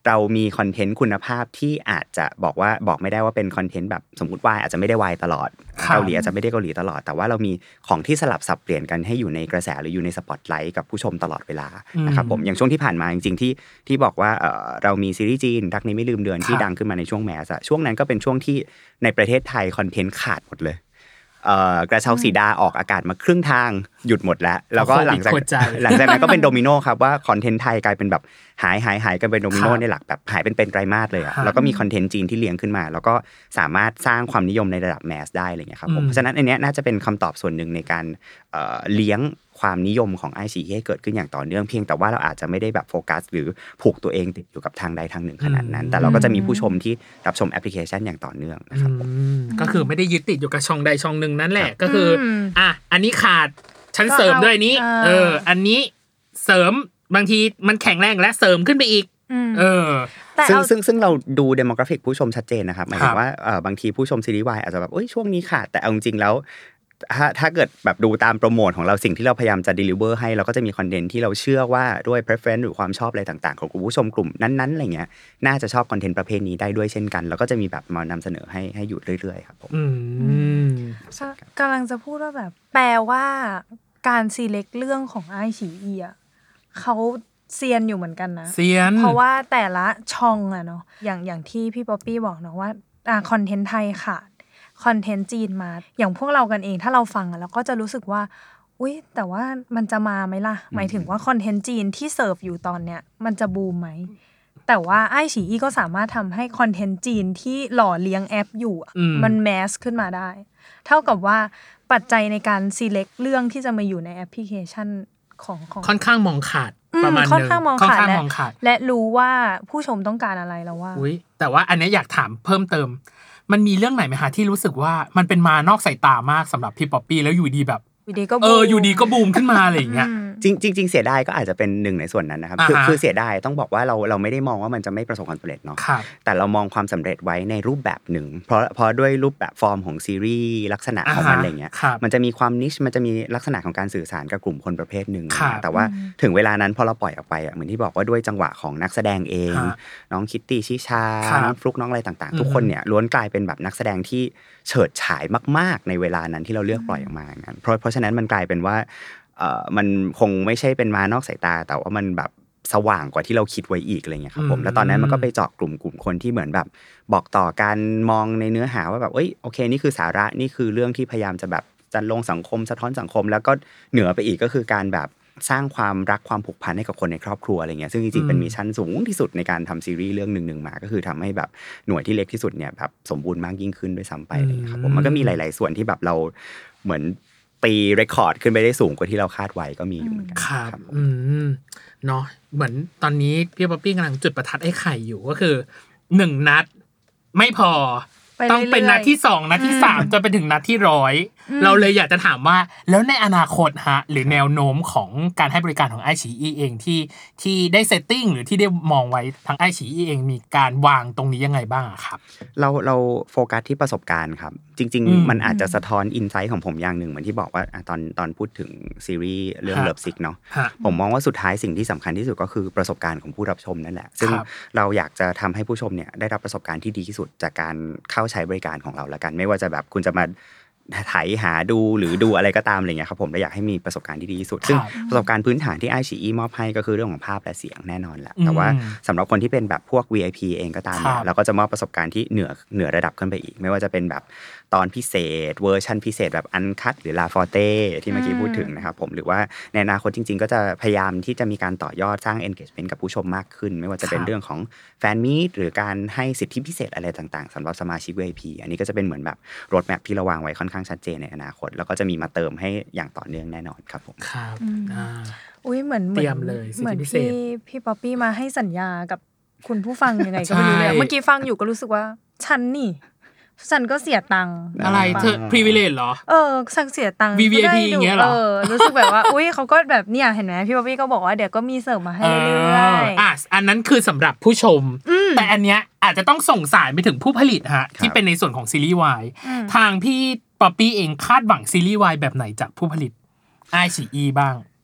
เรามีคอนเทนต์คุณภาพที่อาจจะบอกว่าบอกไม่ได้ว่าเป็นคอนเทนต์แบบสมมุติวายอาจจะไม่ได้วายตลอดเกาหลีอาจจะไม่ได้เกาหลีตลอดแต่ว่าเรามีของที่สลับสับเปลี่ยนกันให้อยู่ในกระแสหรืออยู่ในสปอตไลท์กับผู้ชมตลอดเวลานะครับผมอย่างช่วงที่ผ่านมาจริงๆที่ที่บอกว่าเอ่อเรามีซีรีส์จีนรักนี้ไม่ลืมเดือนที่ดังขึ้นมาในช่วงแมสช่วงนั้นก็เป็นช่วงที่ในประเทศไทยคอนเทนต์ขาดหมดเลยเอ่อกระเช้าสีดาออกอากาศมาครึ่งทางหยุดหมดแล้วแล้วก็หลังจากหลังจากนั้นก็เป็นโดมิโนครับว่าคอนเทนต์ไทยกลายเป็นแบบหายหายหายกันเป็นโดมิโนในหลักแบบหายเป็นเป็นไตรมาสเลยอ่ะแล้วก็มีคอนเทนต์จีนที่เลี้ยงขึ้นมาแล้วก็สามารถสร้างความนิยมในระดับแมสได้อะไรเงี้ยครับผมเพราะฉะนั้นอันเนี้ยน่าจะเป็นคำตอบส่วนหนึ่งในการเอ่อเลี้ยงความนิยมของ ไอ ซี อี ให้เกิดขึ้นอย่างต่อเนื่องเพียงแต่ว่าเราอาจจะไม่ได้แบบโฟกัสหรือผูกตัวเองติดอยู่กับทางใดทางหนึ่งขนาดนั้นแต่เราก็จะมีผู้ชมที่รับชมแอปพลิเคชันอย่างต่อเนื่องนะครับก็คือไม่ได้ยึดติดอยู่กับช่องใดช่องหนึ่งนั่นแหละก็คืออ่ะอันนี้ขาดฉันเสริมด้วยนี้เอออันนี้เสริมบางทีมันแข็งแรงและเสริมขึ้นไปอีกเออซึ่งซึ่งซึ่งเราดู demographic ผู้ชมชัดเจนนะครับหมายถึงว่าเอ่อบางทีผู้ชมซีรีส์วายอาจจะแบบเอ้ยช่วงนี้ขาดแต่เอาจริงๆแล้วถ้าถ้าเกิดแบบดูตามโปรโมทของเราสิ่งที่เราพยายามจะ deliver ให้เราก็จะมีคอนเทนต์ที่เราเชื่อว่าด้วย preference หรือความชอบอะไรต่างๆของผู้ชมกลุ่มนั้นๆอะไรเงี้ยน่าจะชอบคอนเทนต์ประเภทนี้ได้ด้วยเช่นกันแล้วก็จะมีแบบมานำเสนอให้ให้อยู่เรื่อยๆครับผมกำลังจะพูดว่าแบบแปลว่าการ select เรื่องของ ไอ ซี อี อ่ะเขาเซียนอยู่เหมือนกันนะเซียนเพราะว่าแต่ละช่องอะเนาะอย่างอย่างที่พี่ป๊อปปี้บอกเนาะว่าอ่าคอนเทนต์ไทยขาดคอนเทนต์จีนมาอย่างพวกเรากันเองถ้าเราฟังอะเราก็จะรู้สึกว่าอุ๊ยแต่ว่ามันจะมาไหมล่ะหมายถึงว่าคอนเทนต์จีนที่เสิร์ฟอยู่ตอนเนี้ยมันจะบูมไหมแต่ว่าไอฉีอีก็สามารถทำให้คอนเทนต์จีนที่หล่อเลี้ยงแอปอยู่มันแมสขึ้นมาได้เท่ากับว่าปัจจัยในการ select เรื่องที่จะมาอยู่ในแอปพลิเคชันของของค่อนข้างมองขาดประมาณนึงค่อนข้างมองขาดและและรู้ว่าผู้ชมต้องการอะไรแล้วว่าอุ๊ยแต่ว่าอันนี้อยากถามเพิ่มเติมมันมีเรื่องไหนไหมคะที่รู้สึกว่ามันเป็นมานอกสายตามากสำหรับพี่ป๊อปปี้แล้วอยู่ดีแบบเอออยู่ดีก็บูมขึ้นมาอะไรอย่างเงี้ยจริงจริงเสียดายก็อาจจะเป็นหนึ่งในส่วนนั้นนะครับคือคือเสียดายต้องบอกว่าเราเราไม่ได้มองว่ามันจะไม่ประสบความสำเร็จเนาะแต่เรามองความสำเร็จไว้ในรูปแบบหนึ่งเพราะเพราะด้วยรูปแบบฟอร์มของซีรีส์ลักษณะของมันอะไรเงี้ยมันจะมีความนิชมันจะมีลักษณะของการสื่อสารกับกลุ่มคนประเภทหนึ่งแต่ว่าถึงเวลานั้นพอเราปล่อยออกไปอ่ะเหมือนที่บอกว่าด้วยจังหวะของนักแสดงเองน้องคิตตี้ชิชาน้องฟลุ๊กน้องอะไรต่างๆทุกคนเนี่ยล้วนกลายเป็นแบบนักแสดงที่เฉิดฉายมากๆในเวลานั้นที่เราเลือกปล่อยออกมางั้นเพราะเพราะฉะนั้นมันกลายเป็นว่าเอ่อมันคงไม่ใช่เป็นมานอกสายตาแต่ว่ามันแบบสว่างกว่าที่เราคิดไว้อีกอะไรเงี้ยครับผมแล้วตอนนั้นมันก็ไปเจาะกลุ่มกลุ่มคนที่เหมือนแบบบอกต่อการมองในเนื้อหาว่าแบบเอ้ยโอเคนี่คือสาระนี่คือเรื่องที่พยายามจะแบบจันลงสังคมสะท้อนสังคมแล้วก็เหนือไปอีกก็คือการแบบสร้างความรักความผูกพันให้กับคนในครอบครัวอะไรเงี้ยซึ่งจริงๆเป็นมิชชั่นสูงที่สุดในการทำซีรีส์เรื่องนึงๆมาก็คือทำให้แบบหน่วยที่เล็กที่สุดเนี่ยแบบสมบูรณ์มากยิ่งขึ้นด้วยซ้ำไปอะไรเงี้ยครับผมมันก็มีหลายๆส่วนที่แบบเราเหมือนตีเรคคอร์ดขึ้นไปได้สูงกว่าที่เราคาดไว้ก็มีอยู่เหมือนกันครับอืมเนาะเหมือนตอนนี้พี่ป๊อปปี้กำลังจุดประทัดไอ้ไข่อยู่ก็คือหนึ่งนัดไม่พอต้องเป็นนัดที่สองนัดที่สามจนไปถึงนัดที่ร้อยเราเลยอยากจะถามว่าแล้วในอนาคตฮะหรือแนวโน้มของการให้บริการของ ไอ ซี อี เองที่ที่ได้เซตติ้งหรือที่ได้มองไว้ทาง ไอ ซี อี เองมีการวางตรงนี้ยังไงบ้างครับเราเราโฟกัสที่ประสบการณ์ครับจริงๆมันอาจจะสะท้อนอินไซต์ของผมอย่างหนึ่งเหมือนที่บอกว่าตอนตอนพูดถึงซีรีส์เรื่องเลิฟซิกเนาะผมมองว่าสุดท้ายสิ่งที่สำคัญที่สุดก็คือประสบการณ์ของผู้รับชมนั่นแหละซึ่งเราอยากจะทำให้ผู้ชมเนี่ยได้รับประสบการณ์ที่ดีที่สุดจากการเข้าใช้บริการของเราละกันไม่ว่าจะแบบคุณจะมาไถหาดูหรือดูอะไรก็ตามอะไรเงี้ยครับผมเราอยากให้มีประสบการณ์ที่ดีที่สุดซึ่งประสบการณ์พื้นฐานที่ ไอ ซี อี มอบให้ก็คือเรื่องของภาพและเสียงแน่นอนแหละแต่ว่าสำหรับคนที่เป็นแบบพวก วี ไอ พี เองก็ตามเนี่ยเราก็จะมอบประสบการณ์ที่เหนือเหนือระดับขึ้นไปอีกไม่ว่าจะเป็นแบบตอนพิเศษเวอร์ชันพิเศษแบบอันคัทหรือลาฟอร์เต้ที่เมื่อกี้พูดถึงนะครับผมหรือว่าในอนาคตจริงๆก็จะพยายามที่จะมีการต่อยอดสร้าง engagement กับผู้ชมมากขึ้นไม่ว่าจะเป็นเรื่องของแฟนมีตหรือการให้สิทธิพิเศษอะไรต่างๆสำหรับสมาชิก วี ไอ พี อันนี้ก็จะเป็นเหมือนแบบโรดแมพที่เราวางไว้ค่อนข้างชัดเจนในอนาคตแล้วก็จะมีมาเติมให้อย่างต่อเนื่องแน่นอนครับผมครับอ่าอุ้ยเหมือนเตรียมเลยเหมือนพี่พี่ป๊อปปี้มาให้สัญญากับคุณผู้ฟังยังไงก็ไม่รู้เลยเมื่อกี้ฟังอยู่ก็รู้สึกว่าฉันนี่ฉันก็เสียตังค์อะไรเธอ privilege เหรอเออฉันเสียตังค์วี ไอ พี อย่างเงี้ยเหรอเออรู้สึกแบบว่าอุ๊ยเขาก็แบบเนี่ยเห็นไหมพี่ป๊อปปี้ก็บอกว่าเดี๋ยวก็มีเสิร์ฟมาให้เรื่อยๆอ่ะอันนั้นคือสำหรับผู้ชมแต่อันเนี้ยอาจจะต้องส่งสารไปถึงผู้ผลิตฮะที่เป็นในส่วนของซีรีส์วายทางพี่ป๊อปปี้เองคาดหวังซีรีส์วายแบบไหนจากผู้ผลิต ไอ ซี อี บ้าง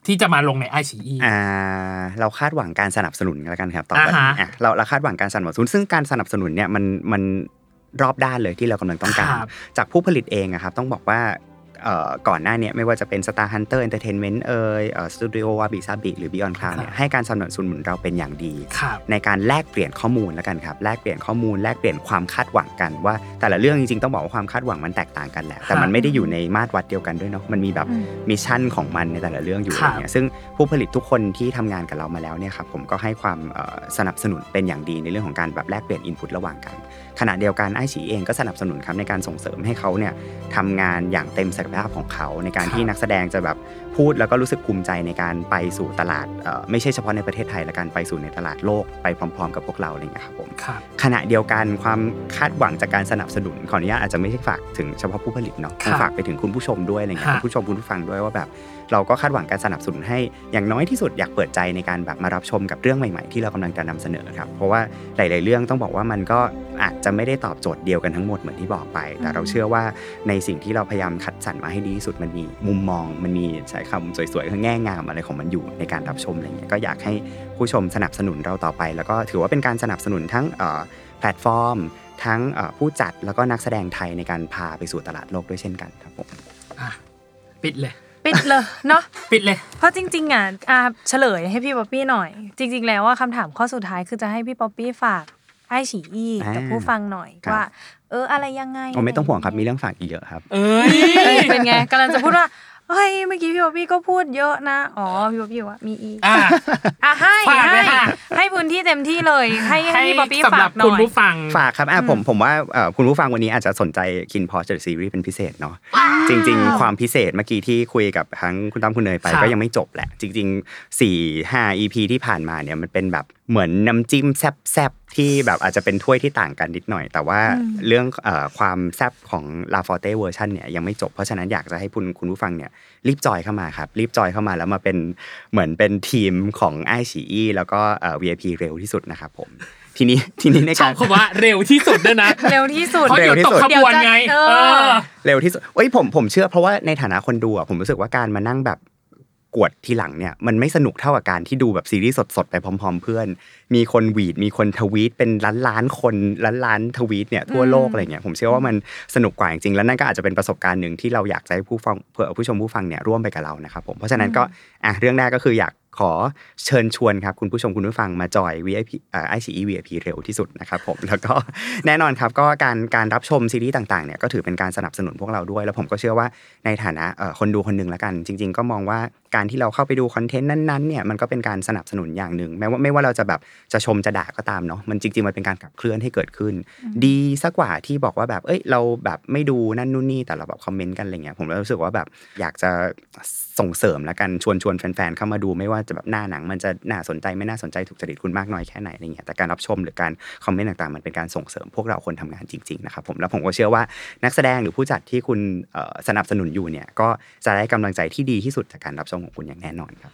ที่จะมาลงในไอซีอีอ่าเราคาดหวังการสนับสนุนกันแล้วกันครับต่อไปอ่ะเราเราคาดหวังการสนับสนุนซึ่งการสนับสนุนเนี่ยมันมันรอบด้านเลยที่เรากำลังต้องการจากผู้ผลิตเองอะครับต้องบอกว่าก่อนหน้านี้ไม่ว่าจะเป็น Star Hunter Entertainment เอ่ยเอ่อ Studio Wabi Sabi หรือ Beyond Cloud เนี่ยให้การสนับสนุนเราเป็นอย่างดีในการแลกเปลี่ยนข้อมูลแล้วกันครับแลกเปลี่ยนข้อมูลแลกเปลี่ยนความคาดหวังกันว่าแต่ละเรื่องจริงๆต้องบอกว่าความคาดหวังมันแตกต่างกันแหละแต่มันไม่ได้อยู่ในมาตรวัดเดียวกันด้วยเนาะมันมีแบบมิชชั่นของมันในแต่ละเรื่องอยู่อะไรเงี้ยซึ่งผู้ผลิตทุกคนที่ทำงานกับเรามาแล้วเนี่ยครับผมก็ให้ความสนับสนุนเป็นอย่างดีในเรื่องของการแบบแลกเปลี่ยนอินพุตระหว่างกันขณะเดียวกันไอฉีเองก็สนับสนุนครับในการส่งเสริมให้เขาเนี่ยทำงานอย่างเต็มศักยภาพของเขาในการที่นักแสดงจะแบบพูดแล้วก็รู้สึกภูมิใจในการไปสู่ตลาดไม่ใช่เฉพาะในประเทศไทยและการไปสู่ในตลาดโลกไปพร้อมๆกับพวกเราอะไรอย่างเงี้ยครับผมขณะเดียวกันความคาดหวังจากการสนับสนุนขออนุญาตอาจจะไม่ใช่ฝากถึงเฉพาะผู้ผลิตเนาะฝากไปถึงคุณผู้ชมด้วยอะไรเงี้ยคุณผู้ชมคุณผู้ฟังด้วยว่าแบบเราก็คาดหวังการสนับสนุนให้อย่างน้อยที่สุดอยากเปิดใจในการแบบมารับชมกับเรื่องใหม่ๆที่เรากำลังจะนำเสนอครับเพราะว่าหลายๆเรื่องต้องบอกว่ามันก็อาจจะไม่ได้ตอบโจทย์เดียวกันทั้งหมดเหมือนที่บอกไปแต่เราเชื่อว่าในสิ่งที่เราพยายามคัดสรรมาให้ดีที่สุดมันมีมุมมองมันมีใช้คำสวยๆแง่งามอะไรของมันอยู่ในการรับชมอะไรเงี้ยก็อยากให้ผู้ชมสนับสนุนเราต่อไปแล้วก็ถือว่าเป็นการสนับสนุนทั้งแพลตฟอร์มทั้งผู้จัดแล้วก็นักแสดงไทยในการพาไปสู่ตลาดโลกด้วยเช่นกันครับผมปิดเลยปิดเลยเนาะปิดเลยเพราะจริงๆอ่ะอ่ะเฉลยให้พี่ป๊อปปี้หน่อยจริงๆแล้วว่าคำถามข้อสุดท้ายคือจะให้พี่ป๊อปปี้ฝากไอ้ฉีอี้กับผู้ฟังหน่อยว่าเอออะไรยังไงไม่ต้องห่วงครับมีเรื่องฝากอีกเยอะครับเอ้ยเป็นไงกำลังจะพูดว่าเฮ้ยเมื่อกี้พี่ป๊อปปี้ก็พูดเยอะนะอ๋อพี่ป๊อปปี้ว่ามีอีกอ่ะอ่ะให้ให้ให้พื้นที่เต็มที่เลยให้ให้พี่ป๊อปปี้ฝากหน่อยคุณผู้ฟังฝากครับอ่ะผมผมว่าคุณผู้ฟังวันนี้อาจจะสนใจกินพอเจอซีรีส์เป็นพิเศษเนาะจริงๆความพิเศษเมื่อกี้ที่คุยกับทั้งคุณตั้มคุณเนยไปก็ยังไม่จบแหละจริงๆ สี่ ห้า อี พี ที่ผ่านมาเนี่ยมันเป็นแบบเหมือนน้ำจิ้มแซ่บๆที่แบบอาจจะเป็นถ้วยที่ต่างกันนิดหน่อยแต่ว่าเรื่องเอ่อความแซ่บของ La Forte เวอร์ชันเนี่ยยังไม่จบเพราะฉะนั้นอยากจะให้คุณคุณผู้ฟังเนี่ยรีบจอยเข้ามาครับรีบจอยเข้ามาแล้วมาเป็นเหมือนเป็นทีมของไอฉีอีแล้วก็เอ่อ วี ไอ พี เร็วที่สุดนะครับผมทีนี้ทีนี้ในการคำว่าเร็วที่สุดด้วยนะเร็วที่สุดเร็วที่สุดขบวนไงเออเร็วที่สุดเอ้ยผมผมเชื่อเพราะว่าในฐานะคนดูอ่ะผมรู้สึกว่าการมานั่งแบบกวดทีหลังเนี่ยมันไม่สนุกเท่ากับการที่ดูแบบซีรีส์สดๆไปพร้อมๆเพื่อนมีคนหวีดมีคนทวีตเป็นล้านๆคนล้านๆทวีตเนี่ยทั่วโลกอะไรเงี้ยผมเชื่อว่ามันสนุกกว่าจริงๆแล้วนั่นก็อาจจะเป็นประสบการณ์นึงที่เราอยากจะให้ผู้ฟังเพื่อผู้ชมผู้ฟังเนี่ยร่วมไปกับเรานะครับผมเพราะฉะนั้นก็อ่ะเรื่องแรกก็คืออยากขอเชิญชวนครับคุณผู้ชมคุณผู้ฟังมาจอย วี ไอ พี เอ่อ ไอ ซี อี วี ไอ พี เร็วที่สุดนะครับผมแล้วก็แน่นอนครับก็การการรับชมซีรีส์ต่างๆเนี่ยก็ถือเป็นการสนับสนุนพวกเราด้วยแล้วผมก็เชื่อว่าในฐานะเอ่อคนดูคนนึงละกันจริงๆก็มองว่าการที่เราเข้าไปดูคอนเทนต์นั้นๆเนี่ยมันก็เป็นการสนับสนุนอย่างนึงแม้ว่าไม่ว่าเราจะแบบจะชมจะด่าก็ตามเนาะมันจริงๆมันเป็นการขับเคลื่อนให้เกิดขึ้นดีซะกว่าที่บอกว่าแบบเอ้ยเราแบบไม่ดูนั่นนู่นนี่แต่เราแบบคอมเมนต์กันอะไรเงี้ยผมรู้สึกว่าแบบอยากจะส่งเสริมละกันชวนชวนแฟนๆเข้ามาดูไม่ว่าจะแบบหน้าหนังมันจะน่าสนใจไม่น่าสนใจถูกจริตคุณมากน้อยแค่ไหนอะไรเงี้ยแต่การรับชมหรือการคอมเมนต์ต่างๆมันเป็นการส่งเสริมพวกเราคนทำงานจริงๆนะครับผมแล้วผมก็เชื่อว่านักแสดงหรือผู้จัดที่คุณสนับสนุนอยู่เนี่ยก็จะได้กำลังใจที่ดีที่สุดจากการรับชมของคุณอย่างแน่นอนครับ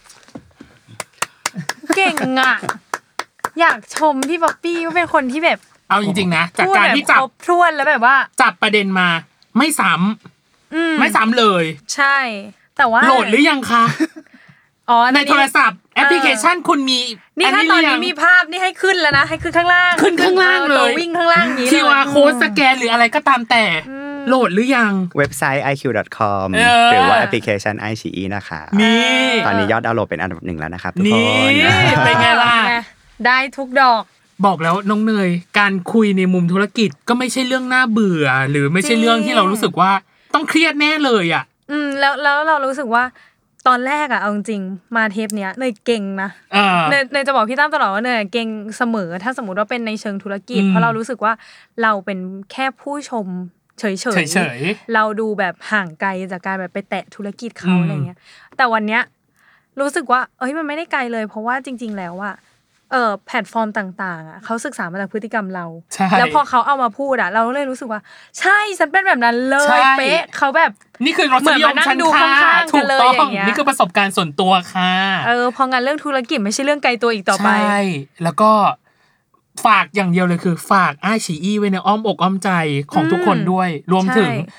เก่งอ่ะอยากชมพี่ป๊อปปี้ว่าเป็นคนที่แบบเอาจริงๆนะจากการที่จับพรวนแล้วแบบว่าจับประเด็นมาไม่ซ้ำไม่ซ้ำเลยใช่แต่ว่าโหลดหรือยังคะอ๋อในโทรศัพท์แอปพลิเคชันคุณมีนี่ถ้าตอนนี้มีภาพนี่ให้ขึ้นแล้วนะให้ขึ้นข้างล่างขึ้นข้างล่างเลยวิ่งข้างล่างนี้คิว อาร์ Code สแกนหรืออะไรก็ตามแต่โหลดหรือยังเว็บไซต์ ไอ คิว ดอท คอม หรือว่าแอปพลิเคชัน ไอ ซี อี นะคะนี่ตอนนี้ยอดดาวน์โหลดเป็นอันดับหนึ่งแล้วนะครับทุกคนนี่เป็นไงล่ะได้ทุกดอกบอกแล้วน้องเนยการคุยในมุมธุรกิจก็ไม่ใช่เรื่องน่าเบื่อหรือไม่ใช่เรื่องที่เรารู้สึกว่าต้องเครียดแน่เลยอ่ะอืมแล้วแล้วเรารู้สึกว่าตอนแรกอ่ะเอาจริงมาเทปเนี้ยเนยเก่งนะเนยเนยจะบอกพี่ตั้มตลอดว่าเนยเก่งเสมอถ้าสมมติว่าเป็นในเชิงธุรกิจเพราะเรารู้สึกว่าเราเป็นแค่ผู้ชมเฉยๆเราดูแบบห่างไกลจากการแบบไปแตะธุรกิจเขาอะไรเงี้ยแต่วันเนี้ยรู้สึกว่าเอ้ยมันไม่ได้ไกลเลยเพราะว่าจริงๆแล้วอ่ะเอ่อแพลตฟอร์มต่างๆอ่ะเขาศึกษามาจากพฤติกรรมเราแล้วพอเขาเอามาพูดอ่ะเราเลยรู้สึกว่าใช่ฉันเป็นแบบนั้นเลยเป๊ะเขาแบบนี่คือรสนิยมฉันค่ะถูกต้องนี่คือประสบการณ์ส่วนตัวค่ะเออพองานเรื่องธุรกิจไม่ใช่เรื่องไกลตัวอีกต่อไปใช่แล้วก็ฝากอย่างเดียวเลยคือฝากไอฉีอีไว้ในอ้อมอกอ้อมใจของทุกคนด้วยรวมถึง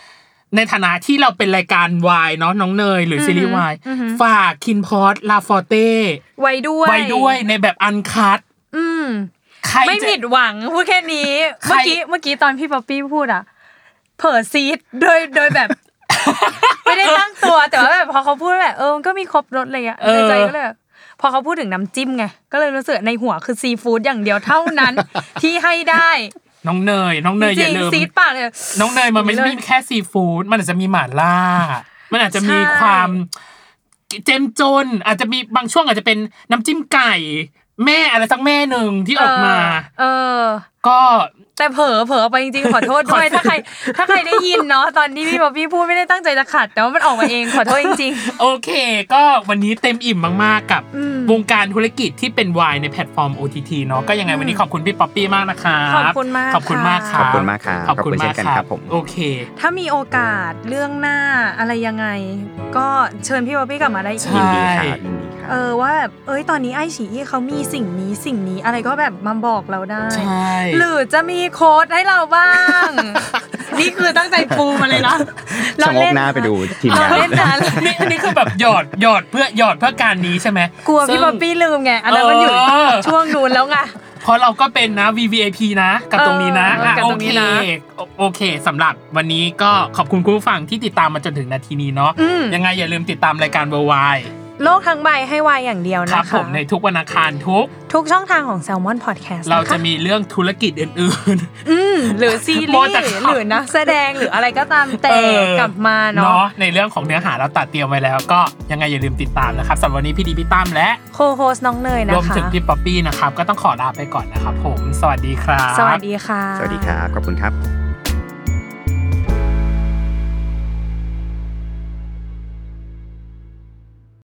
ในฐานะที่เราเป็นรายการวายเนาะน้องเนยหรือซีรีส์วายฝากคินพอสลาฟอร์เต้ไว้ด้วยไว้ด้วยในแบบอันคัทอืมไม่ผิดหวังพูดแค่นี้เมื่อกี้เมื่อกี้ตอนพี่ป๊อปปี้พูดอ่ะเผลอซีดโดยโดยแบบไม่ได้ตั้งตัวแต่ว่าแบบพอเขาพูดแบบเออมันก็มีครบรสเลยอ่ะในใจก็เลยพอเขาพูดถึงน้ำจิ้มไงก็เลยรู้สึกในหัวคือซีฟู้ดอย่างเดียวเท่านั้นที่ให้ได้น้องเนยน้องเนยอย่าลืมซีดปากเลยน้องเนยมันไม่ใช่แค่ซีฟู้ดมันอาจจะมีหม่าล่ามันอาจจะมีความเจ้มจนอาจจะมีบางช่วงอาจจะเป็นน้ำจิ้มไก่แม่อะไรสักแม่นึงที่ออกมาเออก็แต่เผลอเผลอไปจริงๆขอโทษด้วยถ้าใครถ้าใครได้ยินเนาะตอนนี้พี่ป๊อปปี้พูดไม่ได้ตั้งใจจะขัดแต่ว่ามันออกมาเองขอโทษจริงๆโอเคก็วันนี้เต็มอิ่มมากๆกับวงการธุรกิจที่เป็นวายในแพลตฟอร์ม โอ ที ที เนาะก็ยังไงวันนี้ขอบคุณพี่ป๊อปปี้มากนะครับขอบคุณมากขอบคุณมากครับขอบคุณมากครับขอบคุณมากครับผมโอเคถ้ามีโอกาสเรื่องหน้าอะไรยังไงก็เชิญพี่ป๊อปปี้กลับมาได้อีกยินดีครับเออว่าแบบเอ้ยตอนนี้ไอ้ฉีอี้เขามีสิ่งนี้สิ่งนี้อะไรก็แบบมาบอกเราได้หรือจะมีโค้ดให้เราบ้างนี่คือตั้งใจปูมาเลยนะเราเล่นหน้าไปดูทีมงานนี่อันนี้คือแบบหยอดหยอดเพื่อหยอดเพื่อการนี้ใช่ไหมกลัวพี่ป๊อปปี้ลืมไงอันนั้นมันอยู่ช่วงนู้นแล้วไงเพราะเราก็เป็นนะ วี วี ไอ พี นะกับตรงนี้นะโอเคโอเคสำหรับวันนี้ก็ขอบคุณคุณผู้ฟังที่ติดตามมาจนถึงนาทีนี้เนาะยังไงอย่าลืมติดตามรายการเวอร์ไวโลกทั้งใบให้วายอย่างเดียวนะคะครับผมในทุกวันอังคารทุกทุกช่องทางของ Salmon Podcast เราจะมีเรื่องธุรกิจอื่นๆอืมหรือซีรีส์หรือนักแสดงหรืออะไรก็ตามแต่กลับมาเนาะในเรื่องของเนื้อหาเราตัดเตรียมไว้แล้วก็ยังไงอย่าลืมติดตามนะครับสำหรับวันนี้พี่ดีพี่ตั้มและโคโฮสน้องเนยนะคะรวมถึงพี่ป๊อปปี้นะครับก็ต้องขอลาไปก่อนนะครับผมสวัสดีครับสวัสดีค่ะสวัสดีครับขอบคุณครับ